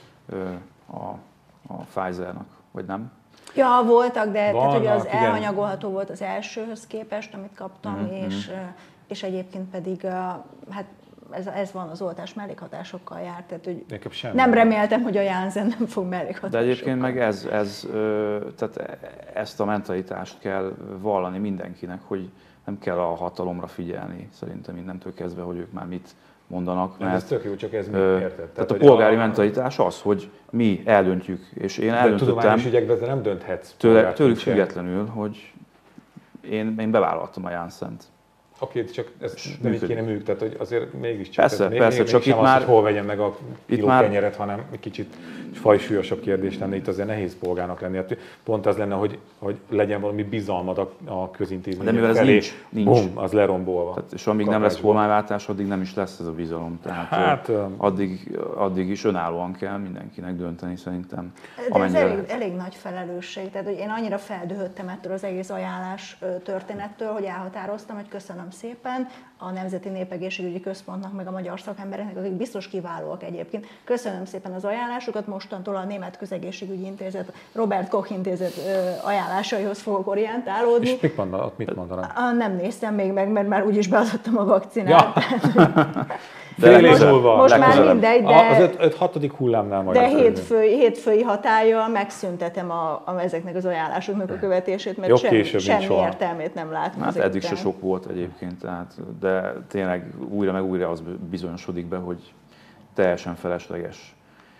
a, a Pfizernak, vagy nem? Ja, voltak, de Vannak, tehát, hogy az igen. elhanyagolható volt az elsőhöz képest, amit kaptam, Mm-hmm. és, és egyébként pedig hát Ez, ez van, az oltás mellékhatásokkal járt, tehát hogy nem reméltem, hogy a Janssen nem fog mellékhatásokkal. De egyébként meg ez, ez, tehát ezt a mentalitást kell vallani mindenkinek, hogy nem kell a hatalomra figyelni, szerintem innentől kezdve, hogy ők már mit mondanak. Nem, mert, ez tök jó, csak ez mit érted? Tehát, tehát a polgári a... mentalitás az, hogy mi eldöntjük, és én eldöntöttem, tudományos ügyekben nem dönthetsz. Tőle, tőlük függetlenül, hogy én, én bevállaltam a Janssent. Oké, csak ez nem így kéne működni, tehát hogy azért mégiscsak. Persze, még, persze, még, csak még itt az, már... hogy hol vegyem meg a kiló már... kenyeret, hanem egy kicsit fajsúlyosabb kérdés lenne, itt azért nehéz polgárnak lenni. Hát pont az lenne, hogy, hogy legyen valami bizalmad a, a közintézmények de mivel ez felé, nincs, nincs. Bum, az lerombolva. Tehát, és amíg nem lesz kormányváltás, addig nem is lesz ez a bizalom. Tehát hát, addig, addig is önállóan kell mindenkinek dönteni szerintem. De ez elég, elég nagy felelősség. Tehát, hogy én annyira feldühöttem ettől az egész ajánlás történettől, hogy elhatároztam, hogy köszönöm szépen a Nemzeti Népegészségügyi Központnak, meg a magyar szakembereknek, akik biztos kiválóak egyébként. Köszönöm szépen az ajánlásukat, mostantól a Német Közegészségügyi Intézet, Robert Koch Intézet ajánlásaihoz fogok orientálódni. És mit mondanak? Mit mondanak? Nem néztem még meg, mert már úgyis beadottam a vakcinát. Ja. De Fél év most, múlva. most már mindegy, de, az öt hatodik hullámnál majd. De hétfői, hétfői hatállyal megszüntetem a, a, ezeknek az ajánlásoknak a követését, mert Jó, semmi, később, semmi soha. értelmét nem látom. Hát eddig se sok volt egyébként, tehát, de tényleg újra meg újra az bizonyosodik be, hogy teljesen felesleges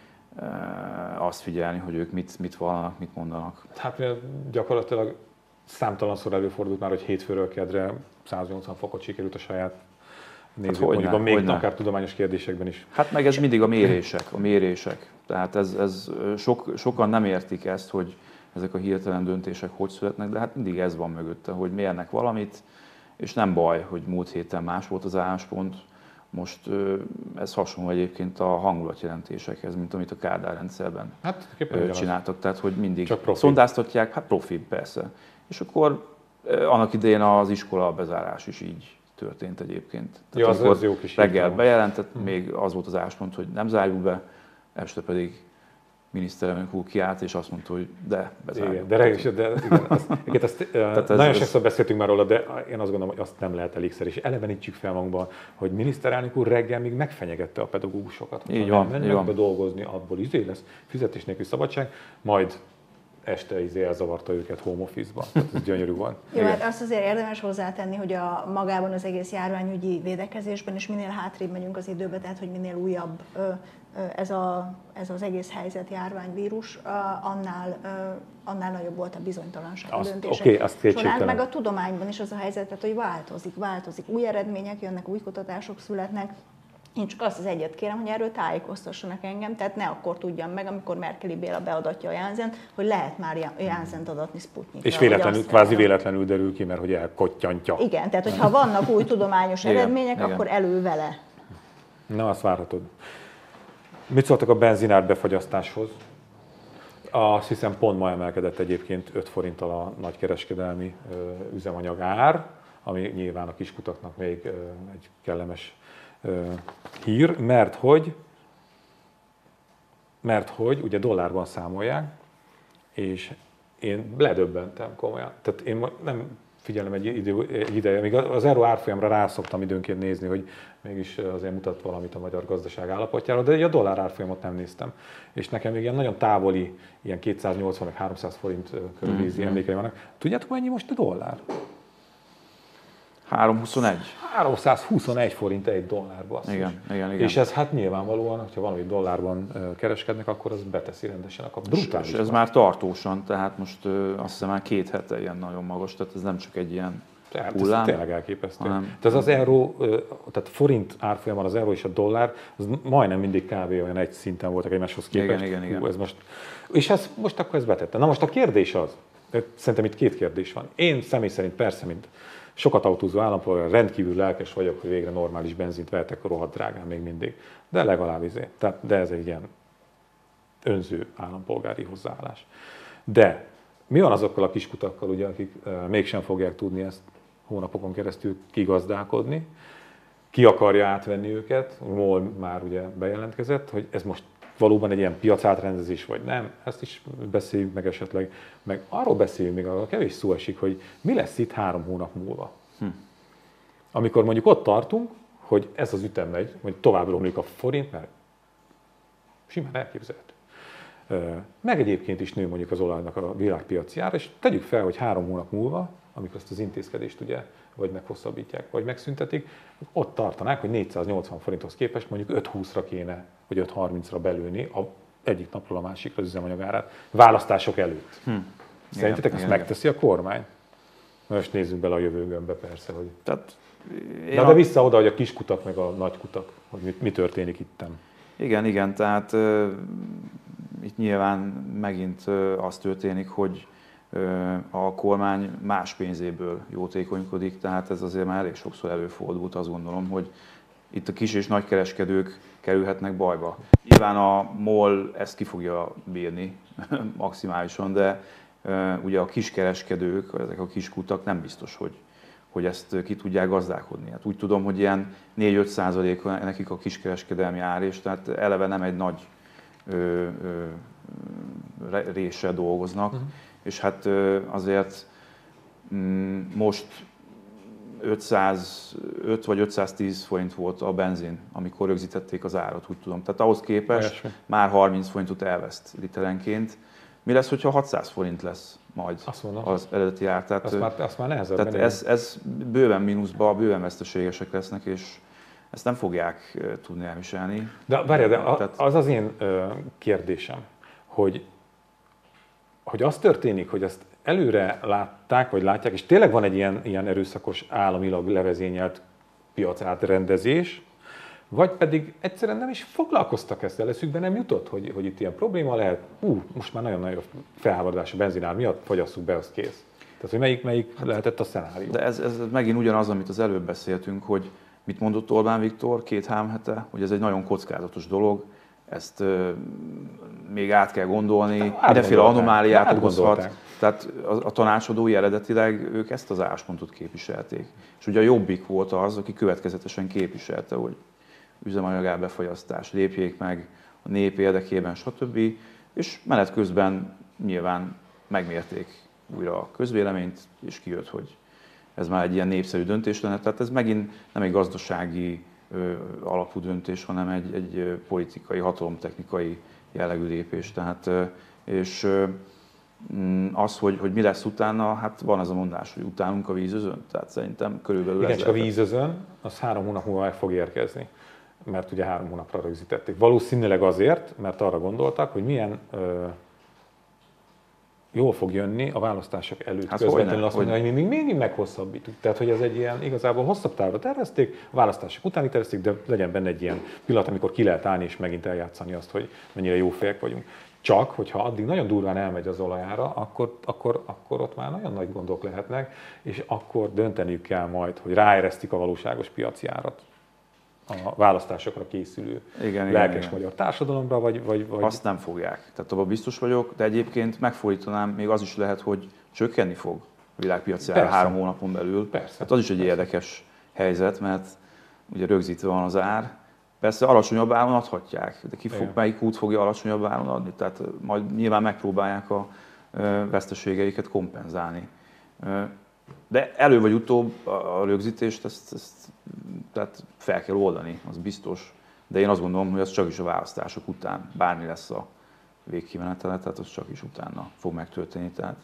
azt figyelni, hogy ők mit, mit vallanak, mit mondanak. Hát gyakorlatilag számtalanszor előfordult már, hogy hétfőről kedre száznyolcvan fokot sikerült a saját nézőpontjukban, hát még hogyne. Akár tudományos kérdésekben is. Hát meg ez mindig a mérések, a mérések. Tehát ez, ez sok, sokan nem értik ezt, hogy ezek a hirtelen döntések hogy születnek, de hát mindig ez van mögötte, hogy mérnek valamit, és nem baj, hogy múlt héten más volt az álláspont. Most ez hasonló egyébként a hangulatjelentésekhez, mint amit a Kádár rendszerben hát, csináltak, tehát hogy mindig szondáztatják, hát profi persze. És akkor annak idején az iskola bezárás is így történt egyébként. Ja, az, az jó kis reggel bejelentett, hmm. még az volt az álláspont, hogy nem zárjuk be, este pedig miniszterelnök úr kiállt, és azt mondta, hogy de, bezárjuk. Igen, de, de, de igen, azt, igen, azt, ez, nagyon ez, sokszor beszéltünk már róla, de én azt gondolom, hogy azt nem lehet elégszer, és elevenítsük fel magunkban, hogy miniszterelnök úr reggel még megfenyegette a pedagógusokat. Így van, nem mennek be dolgozni, abból izé lesz fizetés nélkül szabadság, majd este izé elzavarta őket home office-ban. Ez gyönyörű van. Jó, hát azt azért érdemes hozzátenni, hogy a magában az egész járványügyi védekezésben is minél hátrébb megyünk az időbe, tehát hogy minél újabb ez, a, ez az egész helyzet, járványvírus, annál, annál nagyobb volt a bizonytalanság a döntések okay, azt során. Meg a tudományban is az a helyzet, tehát, hogy változik, változik. Új eredmények jönnek, új kutatások születnek. Én csak azt az egyet kérem, hogy erről tájékoztassanak engem, tehát ne akkor tudjam meg, amikor Merkeli Béla beadatja a Janssent, hogy lehet már Janssent adatni Sputnikra. És véletlenül, kvázi véletlenül derül ki, mert hogy elkottyantja. Igen, tehát hogyha vannak új tudományos eredmények, igen, akkor elő vele. Na, azt várhatod. Mit szóltak a benzinár befagyasztáshoz? Azt hiszem pont ma emelkedett egyébként öt forinttal a nagykereskedelmi üzemanyag ár, ami nyilván a kiskutaknak még egy kellemes hír, mert hogy, mert hogy ugye dollárban számolják, és én ledöbbentem komolyan. Tehát én nem figyelem egy, idő, egy ideje, még az euró árfolyamra rá szoktam időnként nézni, hogy mégis azért mutat valamit a magyar gazdaság állapotjára, de a dollár árfolyamot nem néztem. És nekem még ilyen nagyon távoli, ilyen kétszáznyolcvan meg háromszáz forint körüli mm-hmm. emlékeim vannak. Tudjátok, mennyi most a dollár? háromszázhuszonegy. háromszázhuszonegy forint egy dollárba. Igen, igen, igen. És ez hát nyilvánvalóan, hogyha valami dollárban kereskednek, akkor az beteszi rendesen a kap. Brutális. És ez már tartósan, tehát most azt hiszem már két hete ilyen nagyon magas, tehát ez nem csak egy ilyen tehát hullám. Ez tényleg elképesztő. Hanem... Tehát az euró, tehát forint árfolyamban az euró és a dollár, az majdnem mindig kb. Olyan egy szinten voltak egymáshoz képest. Igen, igen, igen. Hú, ez most, és ez most akkor ez betette. Na most a kérdés az, szerintem itt két kérdés van. Én személy szerint persze, mint sokat autózó állampolgár, rendkívül lelkes vagyok, hogy végre normális benzint vehetek, rohadt drágán még mindig. De legalább izé. Tehát, de ez egy ilyen önző állampolgári hozzáállás. De mi van azokkal a kiskutakkal, ugye, akik uh, mégsem fogják tudni ezt hónapokon keresztül kigazdálkodni, ki akarja átvenni őket, MOL már ugye bejelentkezett, hogy ez most valóban egy ilyen piacátrendezés, vagy nem, ezt is beszéljük meg esetleg, meg arról beszéljünk még, a kevés szó esik, hogy mi lesz itt három hónap múlva. Hm. Amikor mondjuk ott tartunk, hogy ez az ütem megy, hogy tovább romlik a forint, mert simán elképzelhető. Meg egyébként is nő mondjuk az olajnak a világpiaci ára, és tegyük fel, hogy három hónap múlva, amikor ezt az intézkedést ugye vagy meghosszabbítják, vagy megszüntetik, ott tartanák, hogy négyszáznyolcvan forinthoz képest mondjuk öt húszra kéne, vagy öt harmincra belőni a egyik napról a másikra az üzemanyagárát választások előtt. Hm. Szerintetek ezt megteszi a kormány? Most nézzünk bele a jövőgönbe persze, hogy... Tehát, Na, de vissza oda, hogy a kiskutak meg a nagykutak, hogy mi, mi történik itten. Igen, igen, tehát uh, itt nyilván megint uh, az történik, hogy uh, a kormány más pénzéből jótékonykodik, tehát ez azért már elég sokszor előfordult, azt gondolom, hogy itt a kis és nagykereskedők kerülhetnek bajba. Nyilván a MOL ezt ki fogja bírni maximálisan, de uh, ugye a kiskereskedők, ezek a kiskutak nem biztos, hogy hogy ezt ki tudják gazdálkodni. Hát úgy tudom, hogy ilyen négy-öt százalék nekik a kiskereskedelmi ár, és tehát eleve nem egy nagy ö, ö, réssel dolgoznak, uh-huh. és hát ö, azért mm, most ötszázöt vagy ötszáztíz forint volt a benzin, amikor rögzítették az árat, úgy tudom. Tehát ahhoz képest Olyasmi. már harminc forintot elveszt literenként. Mi lesz, hogyha hatszáz forint lesz majd az eredeti ár? Tehát, azt, már, azt már nehezebb. Tehát ez, ez bőven mínuszba, bőven veszteségesek lesznek, és ezt nem fogják tudni elviselni. De várjál, de az az én kérdésem, hogy, hogy az történik, hogy ezt előre látták, vagy látják, és tényleg van egy ilyen, ilyen erőszakos, államilag levezényelt piac-átrendezés, vagy pedig egyszerűen nem is foglalkoztak ezzel, eszükbe nem jutott, hogy, hogy itt ilyen probléma lehet. Ú, most már nagyon nagy felháborodás a benzinár miatt, fogyasszuk be, az kész. Tehát, hogy melyik, melyik lehetett a szenárió. De ez, ez megint ugyanaz, amit az előbb beszéltünk, hogy mit mondott Orbán Viktor két-három hete, hogy ez egy nagyon kockázatos dolog, ezt euh, még át kell gondolni, mindenféle anomáliát okozhat. Tehát a, a tanácsadói eredetileg ők ezt az álláspontot képviselték. És ugye a Jobbik volt az, aki következetesen képviselte, hogy üzemanyag árbefagyasztás, lépjék meg a nép érdekében, stb. És menet közben nyilván megmérték újra a közvéleményt, és kijött, hogy ez már egy ilyen népszerű döntés lenne. Tehát ez megint nem egy gazdasági ö, alapú döntés, hanem egy, egy politikai, hatalomtechnikai jellegű lépés. Tehát, ö, és ö, az, hogy, hogy mi lesz utána, hát van az a mondás, hogy utánunk a vízözön. Tehát szerintem körülbelül igen, ez csak a vízözön, az három hónap múlva meg fog érkezni. Mert ugye három hónapra rögzítették. Valószínűleg azért, mert arra gondoltak, hogy milyen ö, jól fog jönni a választások előtt hát közvetlenül azt mondani, hogy mi még mindig meghosszabbítjuk. Tehát, hogy ez egy ilyen, igazából hosszabb távra tervezték, a választások utáni tervezték, de legyen benne egy ilyen pillanat, amikor ki lehet állni és megint eljátszani azt, hogy mennyire jó fejek vagyunk. Csak, hogyha addig nagyon durván elmegy az olajára, akkor, akkor, akkor ott már nagyon nagy gondok lehetnek, és akkor dönteniük kell majd, hogy ráeresztik a valóságos piaci árat a választásokra készülő igen, lelkes igen, magyar társadalomra, vagy, vagy, vagy... Azt nem fogják. Tehát abban biztos vagyok, de egyébként megfordítanám, még az is lehet, hogy csökkenni fog a világpiaci ár három hónapon belül. Persze. Hát az is egy persze. érdekes helyzet, mert ugye rögzítve van az ár. Persze alacsonyabb áron adhatják, de ki fog, melyik út fogja alacsonyabb áron adni? Tehát majd nyilván megpróbálják a veszteségeiket kompenzálni. De elő vagy utóbb a rögzítést ezt, ezt tehát fel kell oldani, az biztos. De én azt gondolom, hogy az csak is a választások után, bármi lesz a végkimenetele, tehát az csak is utána fog megtörténni. Tehát.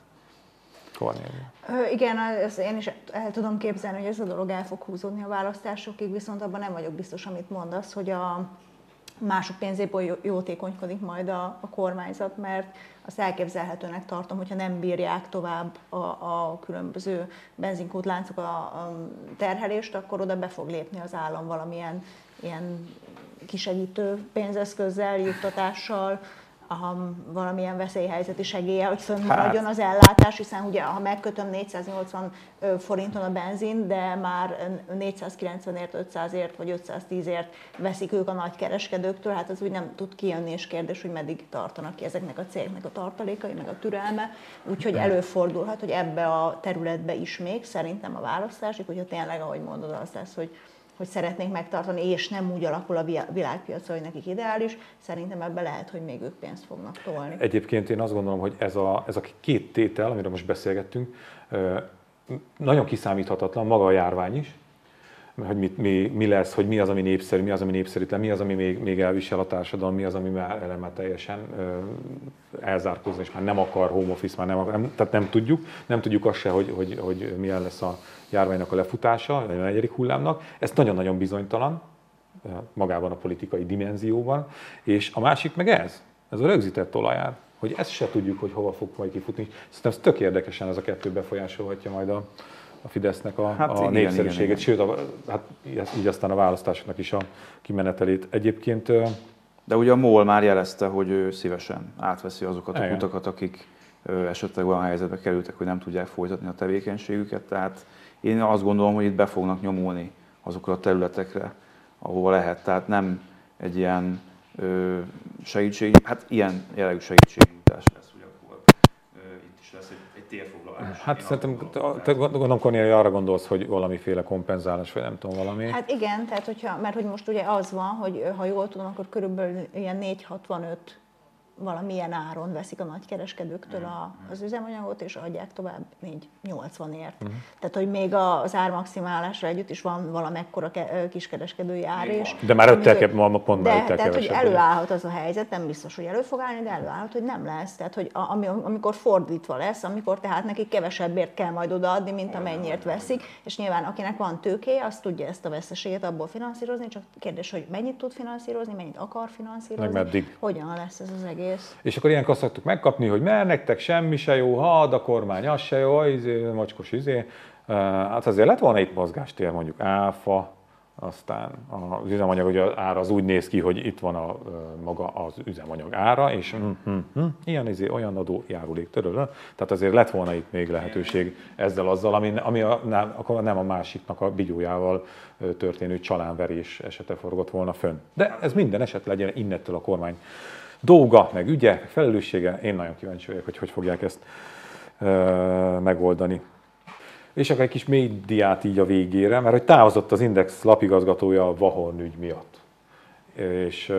Igen, ez én is el tudom képzelni, hogy ez a dolog el fog húzódni a választásokig, viszont abban nem vagyok biztos, amit mondasz, hogy a mások pénzéből jótékonykodik majd a, a kormányzat, mert azt elképzelhetőnek tartom, hogyha nem bírják tovább a, a különböző benzinkútláncok a, a terhelést, akkor oda be fog lépni az állam valamilyen ilyen kisegítő pénzeszközzel, juttatással, a, valamilyen veszélyhelyzeti segélye, hogy fönnmaradjon az ellátás, hiszen ugye, ha megkötöm négyszáznyolcvan forinton a benzin, de már négyszázkilencvenért, ötszázért vagy ötszáztízért veszik ők a nagykereskedőktől, hát az úgy nem tud kijönni, és kérdés, hogy meddig tartanak ki ezeknek a cégnek a tartalékai, meg a türelme. Úgyhogy előfordulhat, hogy ebbe a területbe is még szerintem a választásig, hogyha tényleg, ahogy mondod, az lesz, hogy hogy szeretnénk megtartani, és nem úgy alakul a világpiacra, hogy nekik ideális, szerintem ebben lehet, hogy még ők pénzt fognak tolni. Egyébként én azt gondolom, hogy ez a, ez a két tétel, amiről most beszélgettünk, nagyon kiszámíthatatlan, maga a járvány is, hogy mi, mi, mi lesz, hogy mi az, ami népszerű, mi az, ami népszerűtlen, mi az, ami még, még elvisel a társadalom, mi az, ami már eleme teljesen elzárkózza, és már nem akar home office, már nem akar, nem, tehát nem tudjuk, nem tudjuk azt se, hogy, hogy, hogy milyen lesz a járványnak a lefutása, a negyedik hullámnak. Ez nagyon-nagyon bizonytalan magában a politikai dimenzióban, és a másik meg ez, ez a rögzített olajár. hogy ezt se tudjuk, hogy hova fog majd kifutni. Szerintem ez tök érdekesen ez a kettő befolyásolhatja majd a, a Fidesznek a, hát a igen, népszerűségét, igen, sőt, a, hát így aztán a választásoknak is a kimenetelét. Egyébként... De ugye a MOL már jelezte, hogy ő szívesen átveszi azokat a igen. kutakat, akik esetleg olyan helyzetbe kerültek, hogy nem tudják folytatni a tevékenységüket. Tehát én azt gondolom, hogy itt be fognak nyomulni azokra a területekre, ahova lehet. Tehát nem egy ilyen ö, segítség, hát ilyen jellegű segítségnyújtás lesz, hogy akkor ö, itt is lesz egy, egy térfoglalás. Hát én szerintem, te gondolom, Kornélia, arra gondolsz, hogy valamiféle kompenzálás, vagy nem tudom, valami. Hát igen, tehát hogyha, mert hogy most ugye az van, hogy ha jól tudom, akkor körülbelül ilyen négy hatvanöt valamilyen áron veszik a nagykereskedőktől a, az üzemanyagot, és adják tovább négy nyolcvanért. Uh-huh. Tehát, hogy még az ármaximálásra együtt is van valamekkora kiskereskedői ár is. De már öttel kell, ma pont de, már öttel tehát, hogy kevesebb. előállhat az a helyzet, nem biztos, hogy elő fog állni, de előállhat, hogy nem lesz. Tehát, hogy ami, amikor fordítva lesz, amikor tehát nekik kevesebbért kell majd odaadni, mint amennyiért veszik, és nyilván akinek van tőkéje, az tudja ezt a veszteséget abból finanszírozni, csak kérdés, hogy mennyit tud finanszírozni, mennyit akar finanszírozni, meg meddig. Hogyan lesz ez az egész. És akkor ilyenkor szoktuk megkapni, hogy mert nektek semmi se jó, ha a kormány az se jó, izé, mocskos izé. Hát azért lett volna itt mozgástér, mondjuk áfa, aztán az üzemanyag ugye az ára az úgy néz ki, hogy itt van a maga az üzemanyag ára, és mm, mm, mm, ilyen izé, olyan adó járulék törölő. Tehát azért lett volna itt még lehetőség ezzel azzal, ami, ami a, nem, akkor nem a másiknak a bigyójával történő csalánverés esete forgott volna fönn. De ez minden eset legyen innettől a kormány dolga, meg ügye, meg felelőssége. Én nagyon kíváncsi vagyok, hogy hogy fogják ezt ö, megoldani. És akkor egy kis médiát így a végére, mert hogy távozott az Index lapigazgatója a Vahorn ügy miatt. És,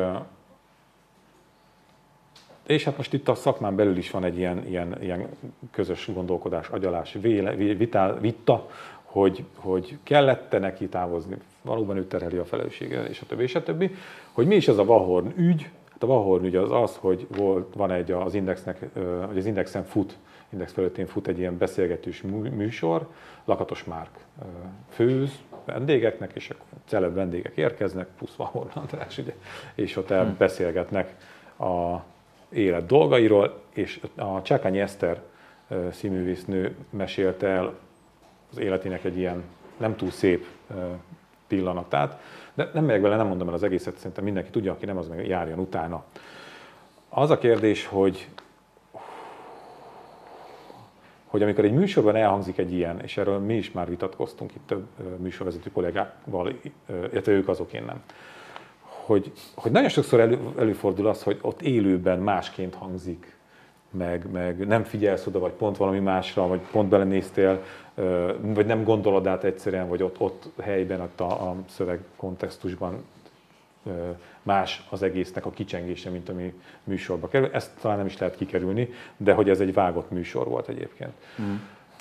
és hát most itt a szakmán belül is van egy ilyen, ilyen, ilyen közös gondolkodás, agyalás, véle, vitál, vita, hogy, hogy kellett-e neki távozni, valóban ő terheli a felelőssége, és a többi, és a többi. Hogy mi is az a Vahorn ügy? Hát a Vahorn ügy az az, hogy volt, van egy az Indexnek, hogy az Indexen fut, Index felületén fut egy ilyen beszélgetős műsor, Lakatos Márk főz vendégeknek, és akkor celeb vendégek érkeznek, plusz Vahorn András, ugye, és ott el beszélgetnek a élet dolgairól, és a Csákányi Eszter színművésznő mesélte el az életének egy ilyen nem túl szép pillanatát, de nem megyek bele, nem mondom el az egészet, szerintem mindenki tudja, aki nem, az meg járjon utána. Az a kérdés, hogy hogy amikor egy műsorban elhangzik egy ilyen, és erről mi is már vitatkoztunk itt több műsorvezető kollégával, illetve ők azok, én nem, hogy, hogy nagyon sokszor elő, előfordul az, hogy ott élőben másként hangzik, meg, meg nem figyelsz oda, vagy pont valami másra, vagy pont belenéztél, vagy nem gondolod át egyszerűen, vagy ott, ott helyben, ott a, a szöveg kontextusban más az egésznek a kicsengése, mint ami műsorba kerül. Ezt talán nem is lehet kikerülni, de hogy ez egy vágott műsor volt egyébként. Mm.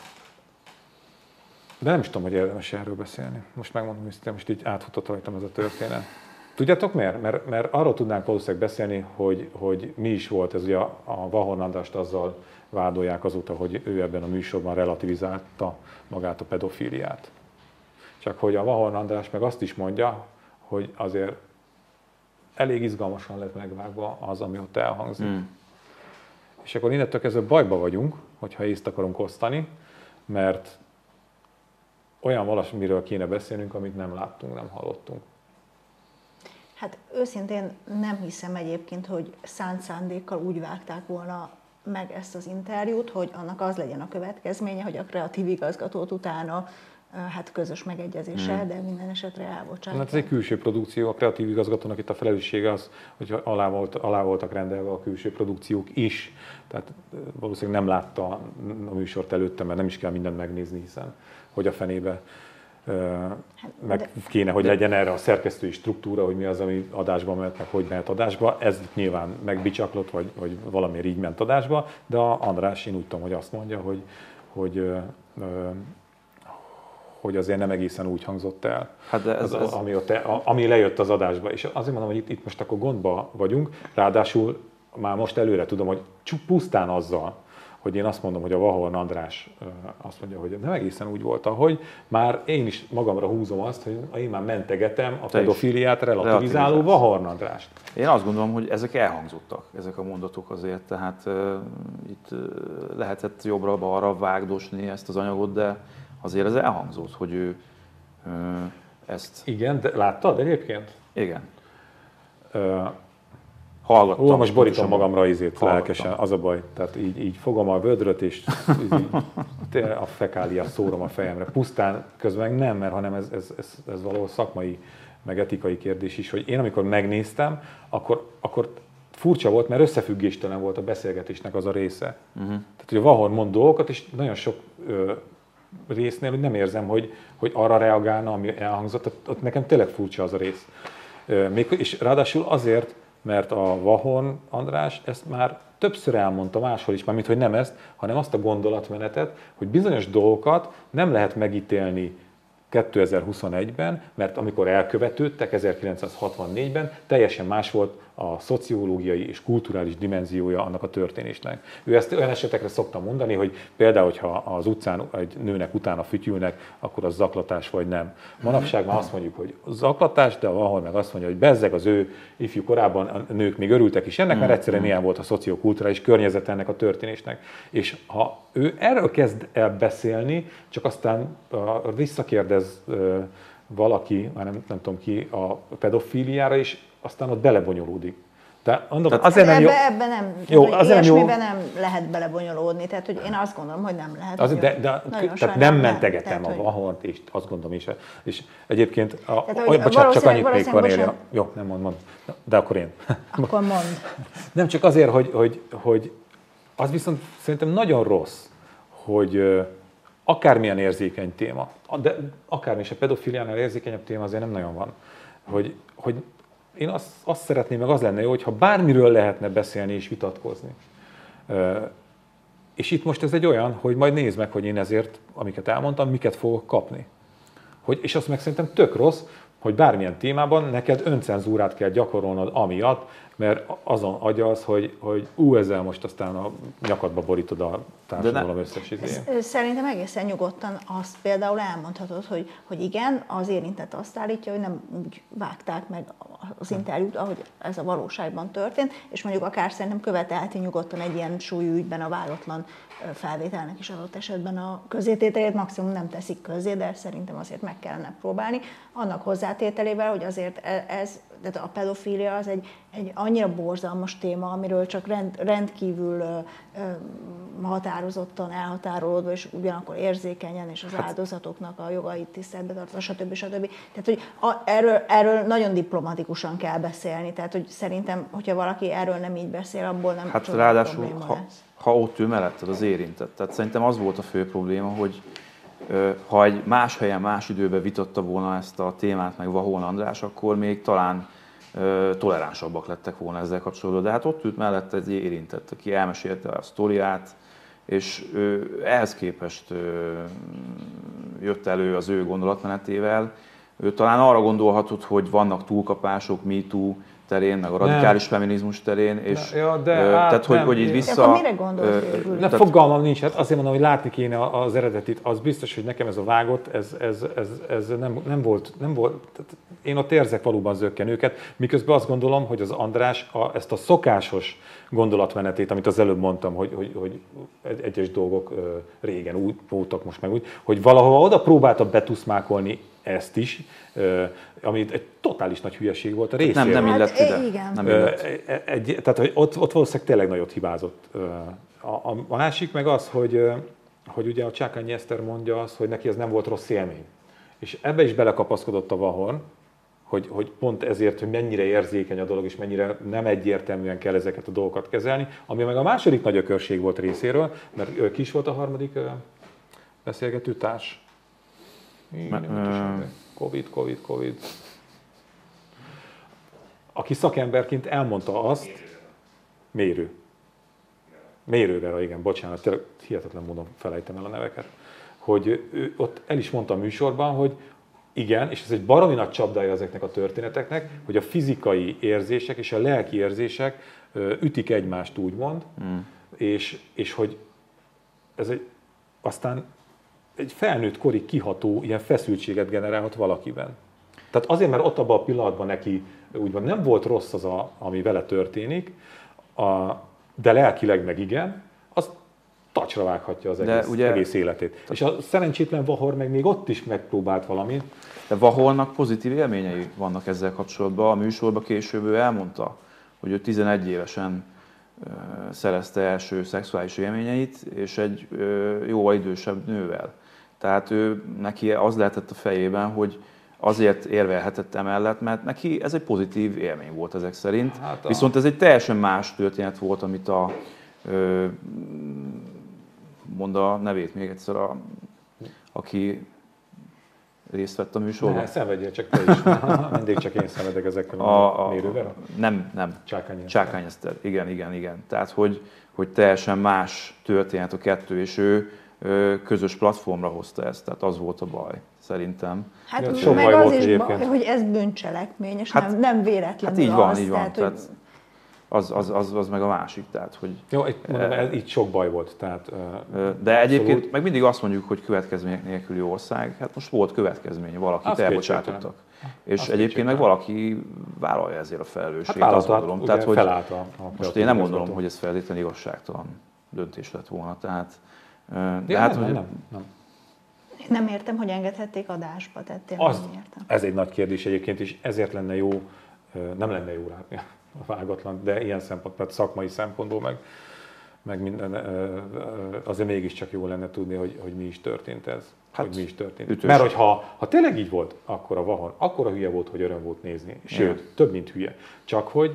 De nem is tudom, hogy érdemes erről beszélni. Most megmondom, hogy most így átfutott rajtam ez a történet. Tudjátok miért? Mert, mert arról tudnánk valószínűleg beszélni, hogy, hogy mi is volt ez. Ugye a, a Vahorn Andrást azzal vádolják azóta, hogy ő ebben a műsorban relativizálta magát a pedofíliát. Csak hogy a Vahorn András meg azt is mondja, hogy azért elég izgalmasan lett megvágva az, ami ott elhangzik. Mm. És akkor innentől kezdve bajba vagyunk, hogyha észt akarunk osztani, mert olyan valamiről kéne beszélnünk, amit nem láttunk, nem hallottunk. Hát őszintén nem hiszem egyébként, hogy szánt szándékkal úgy vágták volna meg ezt az interjút, hogy annak az legyen a következménye, hogy a kreatív igazgatót utána hát közös megegyezéssel, hmm. de minden esetre elbocsátják. Hát ez egy külső produkció, a kreatív igazgatónak itt a felelőssége az, hogy alá, volt, alá voltak rendelve a külső produkciók is. Tehát valószínűleg nem látta a műsort előtte, mert nem is kell mindent megnézni, hiszen hogy a fenébe hát, meg de, kéne, hogy de, legyen erre a szerkesztői struktúra, hogy mi az, ami adásba mehet, meg hogy mehet adásba. Ez nyilván megbicsaklott, vagy, vagy valamiért így ment adásba, de a András, én úgy tudom, hogy azt mondja, hogy, hogy ö, ö, hogy azért nem egészen úgy hangzott el, hát ez, az, ez... Ami, ott, ami lejött az adásba. És azért mondom, hogy itt, itt most akkor gondba vagyunk, ráadásul már most előre tudom, hogy pusztán azzal, hogy én azt mondom, hogy a Vahorn András azt mondja, hogy nem egészen úgy volt, ahogy már én is magamra húzom azt, hogy én már mentegetem a pedofiliát relativizáló Vahorn Andrást. Én azt gondolom, hogy ezek elhangzottak, ezek a mondatok azért, tehát uh, itt uh, lehetett jobbra-balra vágdosni ezt az anyagot, de azért ez elhangzott, hogy ő uh, ezt... Igen, de láttad egyébként? Igen. Uh, Hallgattam. Ó, most borítom magamra izét Hallgattam. lelkesen, az a baj. Tehát így, így fogom a vödröt, és így a fekáliát szórom a fejemre. Pusztán közben nem, mert hanem ez, ez, ez, ez valahol szakmai, meg etikai kérdés is, hogy én amikor megnéztem, akkor, akkor furcsa volt, mert összefüggéstelen volt a beszélgetésnek az a része. Uh-huh. Tehát, hogy a Vahorn mond dolgokat, és nagyon sok ö, résznél hogy nem érzem, hogy, hogy arra reagálna, ami elhangzott. Ott, ott nekem tényleg furcsa az a rész. Ö, még, és ráadásul azért, mert a Vahorn András ezt már többször elmondta máshol is, mármint hogy nem ezt, hanem azt a gondolatmenetet, hogy bizonyos dolgokat nem lehet megítélni kétezer-huszonegyben, mert amikor elkövetődtek ezerkilencszázhatvannégyben, teljesen más volt a szociológiai és kulturális dimenziója annak a történésnek. Ő ezt olyan esetekre szokta mondani, hogy például, hogyha az utcán egy nőnek utána fütyülnek, akkor az zaklatás vagy nem. Manapság már azt mondjuk, hogy zaklatás, de ahol meg azt mondja, hogy bezzeg az ő ifjú korában a nők még örültek is ennek, mert egyszerűen ilyen volt a szociokulturális környezet ennek a történésnek. És ha ő erről kezd el beszélni, csak aztán uh, visszakérdez uh, valaki, már nem, nem tudom ki, a pedofíliára is, aztán ott belebonyolódik. De mondom, azért nem jó. Ebbe, ebbe nem, jó, tehát, azért nem, jó. nem lehet belebonyolódni, tehát hogy én azt gondolom, hogy nem lehet. Az, de, de, tehát nem mentegetem a Vahornt, és azt gondolom is. És egyébként, a, tehát, a, bocsánat, csak annyit még Kornélia. Jó, nem mond, mond. De akkor én. Akkor mond. Nem csak azért, hogy, hogy, hogy az viszont szerintem nagyon rossz, hogy akármilyen érzékeny téma, de akármi is a pedofiliánál érzékenyebb téma azért nem nagyon van, hogy, hogy én azt, azt szeretném, meg az lenne jó, hogyha bármiről lehetne beszélni és vitatkozni. És itt most ez egy olyan, hogy majd nézd meg, hogy én ezért, amiket elmondtam, miket fogok kapni. Hogy, és azt meg szerintem tök rossz, hogy bármilyen témában neked öncenzúrát kell gyakorolnod amiatt, mert azon agyalsz, hogy, hogy ú, ezzel most aztán a nyakadba borítod a társadalom összes idején. Szerintem egészen nyugodtan azt például elmondhatod, hogy, hogy igen, az érintett azt állítja, hogy nem úgy vágták meg az interjút, ahogy ez a valóságban történt, és mondjuk akár szerintem követelheti nyugodtan egy ilyen súlyú ügyben a váratlan felvételnek is adott esetben a közétételét, maximum nem teszik közzé, de szerintem azért meg kellene próbálni. Annak hozzátételével, hogy azért ez, tehát a pedofília az egy, egy annyira borzalmas téma, amiről csak rend, rendkívül ö, ö, határozottan elhatárolódva, és ugyanakkor érzékenyen, és az hát, áldozatoknak a jogait tiszteletbe tartva, stb. stb. Tehát, hogy a, erről, erről nagyon diplomatikusan kell beszélni, tehát, hogy szerintem, hogyha valaki erről nem így beszél, abból nem hát ráadásul, ha, ha ott ő melletted az érintett. Tehát szerintem az volt a fő probléma, hogy ha egy más helyen, más időben vitatta volna ezt a témát meg Vahorn András, akkor még talán ö, toleránsabbak lettek volna ezzel kapcsolatban. De hát ott ült mellett egy érintett, aki elmesélte a sztoriát, és ö, ehhez képest ö, jött elő az ő gondolatmenetével. Ő talán arra gondolhatott, hogy vannak túlkapások, MeToo terén, meg a radikális nem. feminizmus terén, és ja, de ö, hát tehát, hogy, nem. hogy így vissza... Akkor mire gondolsz végül? Nem, fogalmam nincs, hát azért mondom, hogy látni kéne az eredetit, az biztos, hogy nekem ez a vágott, ez, ez, ez, ez nem, nem volt, nem volt, tehát én ott érzek valóban zökkenőket, miközben azt gondolom, hogy az András a, ezt a szokásos gondolatmenetét, amit az előbb mondtam, hogy, hogy, hogy egyes dolgok régen úgy voltak, most meg úgy, hogy valahova oda próbálta betuszmákolni ezt is, ami egy totális nagy hülyeség volt a részéről. Nem, nem illett ide. Hát, igen. Nem illett. Egy, tehát hogy ott, ott valószínűleg tényleg nagyot hibázott. A, a, a másik meg az, hogy, hogy ugye a Csákányi Eszter mondja azt, hogy neki ez nem volt rossz élmény. És ebbe is belekapaszkodott a Vahorn, hogy, hogy pont ezért, hogy mennyire érzékeny a dolog, és mennyire nem egyértelműen kell ezeket a dolgokat kezelni, ami meg a második nagy ökörség volt részéről, mert ki is volt a harmadik beszélgető társ? Covid, Covid, Covid. Aki szakemberként elmondta azt, mérő. Mérővel, igen, bocsánat, tényleg hihetetlen módon felejtem el a neveket, hogy ő ott el is mondta a műsorban, hogy igen, és ez egy baromi nagy csapdája ezeknek a történeteknek, hogy a fizikai érzések és a lelki érzések ütik egymást, úgymond, mm. és, és hogy ez egy, aztán egy felnőtt korig kiható ilyen feszültséget generálhat valakiben. Tehát azért, mert ott abban a pillanatban neki úgymond nem volt rossz az, a, ami vele történik, a, de lelkileg meg igen, az tacsra vághatja az egész, ugye, egész életét. És a szerencsétlen Vahor meg még ott is megpróbált valamit. De Vahornak pozitív élményei vannak ezzel kapcsolatban. A műsorban később ő elmondta, hogy ő tizenegy évesen ö, szerezte első szexuális élményeit, és egy ö, jóval idősebb nővel. Tehát ő, neki az lehetett a fejében, hogy azért érvelhetett emellett, mert neki ez egy pozitív élmény volt ezek szerint. Hát a... Viszont ez egy teljesen más történet volt, amit a... Ö, mondd a nevét még egyszer, a, aki részt vett a műsorban. Ne, szenvedjél csak te is. Mindig csak én szenvedek ezekkel a, a mérővel. Nem, nem. Csákányi Csákányi Eszter. Igen, igen, igen. Tehát, hogy, hogy teljesen más történet a kettő, és ő közös platformra hozta ezt, tehát az volt a baj, szerintem. Hát ja, meg meg az is egyébként. Baj, hogy ez bűncselekmény, és hát, nem, nem véletlenül hát így van, az. így van. Tehát, tehát, hogy... az, az, az, az meg a másik, tehát, hogy... Jó, itt, mondom, ez, itt sok baj volt, tehát... De egyébként abszolút... meg mindig azt mondjuk, hogy következmények nélküli ország, hát most volt következmény, valakit elbocsátottak. És azt egyébként meg valaki vállalja ezért a felelősséget, hát azt gondolom. Tehát, hogy a, a most én nem gondolom, hogy ez feltétlenül igazságtalan döntés lett volna, tehát... De ja, hát, nem, hogy... nem, nem. Én nem értem, hogy engedhették adásba, tehát tényleg az, nem értem. Ez egy nagy kérdés egyébként, és ezért lenne jó, nem lenne jó látni a vágatlan, de ilyen szempont, tehát szakmai szempontból meg, meg minden, azért mégiscsak jó lenne tudni, hogy, hogy mi is történt ez. Hát, hogy mi is történt. Ütős. Mert hogyha ha tényleg így volt, akkor a Vahon, akkor a hülye volt, hogy öröm volt nézni. Sőt, igen. Több, mint hülye. Csak hogy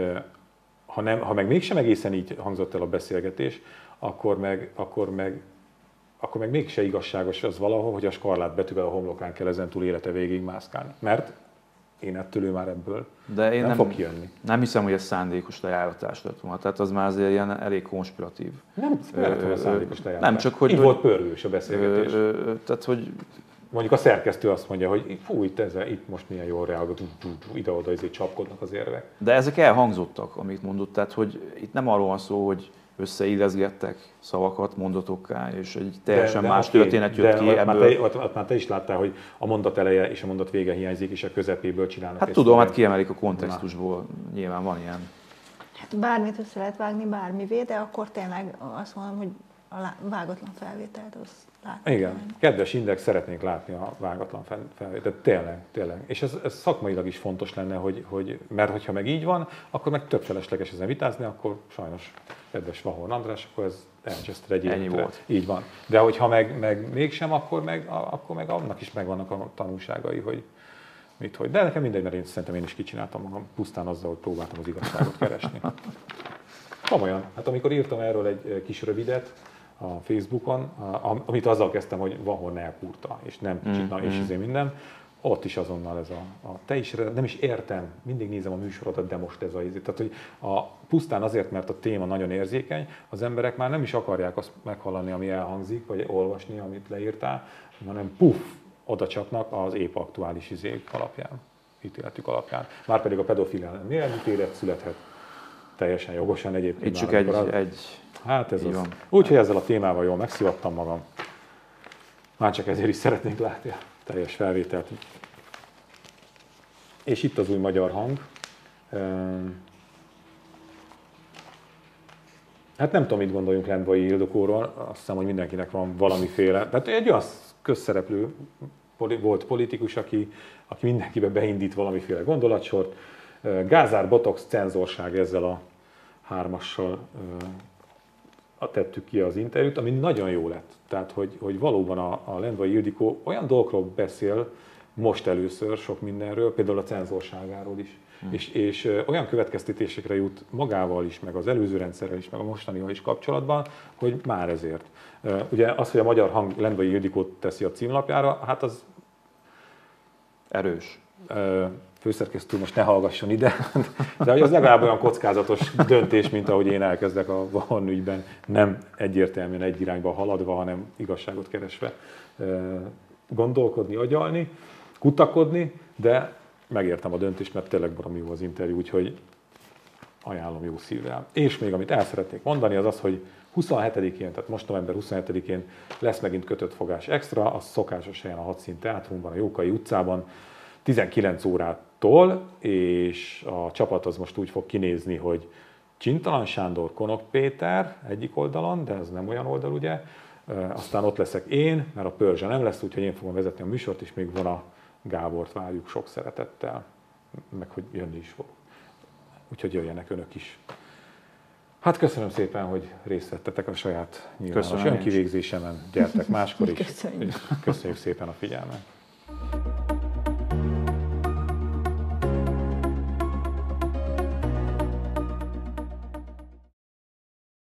ha, nem, ha meg mégsem egészen így hangzott el a beszélgetés, akkor meg, akkor meg, akkor meg mégse igazságos az valahol, hogy a skarlát betűvel a homlokán kell ezentúl élete végig mászkálni. Mert én ettől ő már ebből de én nem, nem fog kijönni. Nem hiszem, hogy ez szándékos lejáratás lett volna. Tehát az már azért ilyen elég konspiratív. Nem, nem szándékos lejáratás. Nem, csak hogy... Így volt pörgős a beszélgetés. Ö, ö, tehát, hogy... Mondjuk a szerkesztő azt mondja, hogy fú, itt, ezzel, itt most milyen jól reagál, ide-oda izé csapkodnak az érvek. De ezek elhangzottak, amit mondott. Tehát, hogy itt nem arról van szó, hogy összeilleszgettek szavakat mondatokká, és egy teljesen de, de más okay, történet jött de ki ott ebből. Már te, ott, ott már te is láttál, hogy a mondat eleje és a mondat vége hiányzik, és a közepéből csinálnak. Hát tudom, hát kiemelik a kontextusból, na. Nyilván van ilyen. Hát bármit össze lehet vágni bármivé, de akkor tényleg azt mondom, hogy a vágatlan felvételt azt látni. Igen, nem. Kedves Index, szeretnénk látni a vágatlan felvételt, tényleg, tényleg. És ez, ez szakmailag is fontos lenne, hogy, hogy, mert hogyha meg így van, akkor meg több felesleges ezen vitázni, akkor sajnos, kedves Vahorn András, akkor ez elcseszted egy ennyi életre. volt. Így van. De hogyha meg, meg mégsem, akkor meg, akkor meg annak is megvannak a tanulságai, hogy mit, hogy. De nekem mindegy, mert én szerintem én is kicsináltam magam, pusztán azzal, hogy próbáltam az igazságot keresni. Komolyan. Hát amikor írtam erről egy kis rövidet a Facebookon, amit azzal kezdtem, hogy Vahorn elkúrta, és nem kicsit, mm, na, és ezért minden, ott is azonnal ez a, a te is, nem is értem, mindig nézem a műsorodat, de most ez a izé. Tehát, hogy a, pusztán azért, mert a téma nagyon érzékeny, az emberek már nem is akarják azt meghallani, ami elhangzik, vagy olvasni, amit leírtál, hanem puff, oda csapnak az épp aktuális izék alapján, ítéletük alapján. Márpedig a pedofilián milyen ítélet születhet? Teljesen jogosan egyébként. Itt csak egy, az... egy... Hát ez az. Úgyhogy ezzel a témával jól megszivattam magam. Már csak ezért is szeretnék látni a teljes felvételt. És itt az új magyar hang. Hát nem tudom, mit gondoljunk Lendvai Ildikóról. Azt hiszem, hogy mindenkinek van valamiféle. Tehát egy olyan közszereplő volt politikus, aki, aki mindenkibe beindít valamiféle gondolatsort. Gázár, botox, cenzorság, ezzel a hármassal uh, tettük ki az interjút, ami nagyon jó lett. Tehát, hogy, hogy valóban a, a Lendvai Ildikó olyan dolgokról beszél most először sok mindenről, például a cenzorságáról is. Hmm. És, és uh, olyan következtetésekre jut magával is, meg az előző rendszerrel is, meg a mostanival is kapcsolatban, hogy már ezért. Uh, ugye az, hogy a Magyar Hang Lendvai Ildikót teszi a címlapjára, hát az erős. Uh, főszerkesztő most ne hallgasson ide, de hogy az legalább olyan kockázatos döntés, mint ahogy én elkezdek a Vahorn ügyben, nem egyértelműen egy irányba haladva, hanem igazságot keresve gondolkodni, agyalni, kutakodni, de megértem a döntést, mert tényleg baromi jó az interjú, úgyhogy ajánlom jó szívvel. És még amit el szeretnék mondani, az az, hogy huszonhetedikén, tehát most november huszonhetedikén lesz megint kötött fogás extra, az szokásos helyen a Hadszín Teátrumban, a Jókai utcában, tizenkilenc órától, és a csapat az most úgy fog kinézni, hogy Csintalan Sándor, Konok Péter egyik oldalon, de ez nem olyan oldal ugye, aztán ott leszek én, mert a Pörzse nem lesz, úgyhogy én fogom vezetni a műsort, és még Vona Gábort várjuk sok szeretettel, meg hogy jönni is fog. Úgyhogy jöjjenek önök is. Hát köszönöm szépen, hogy részt vettetek a saját nyilvános önkivégzésemen, gyertek máskor is. Köszönjük. Köszönjük szépen a figyelmet.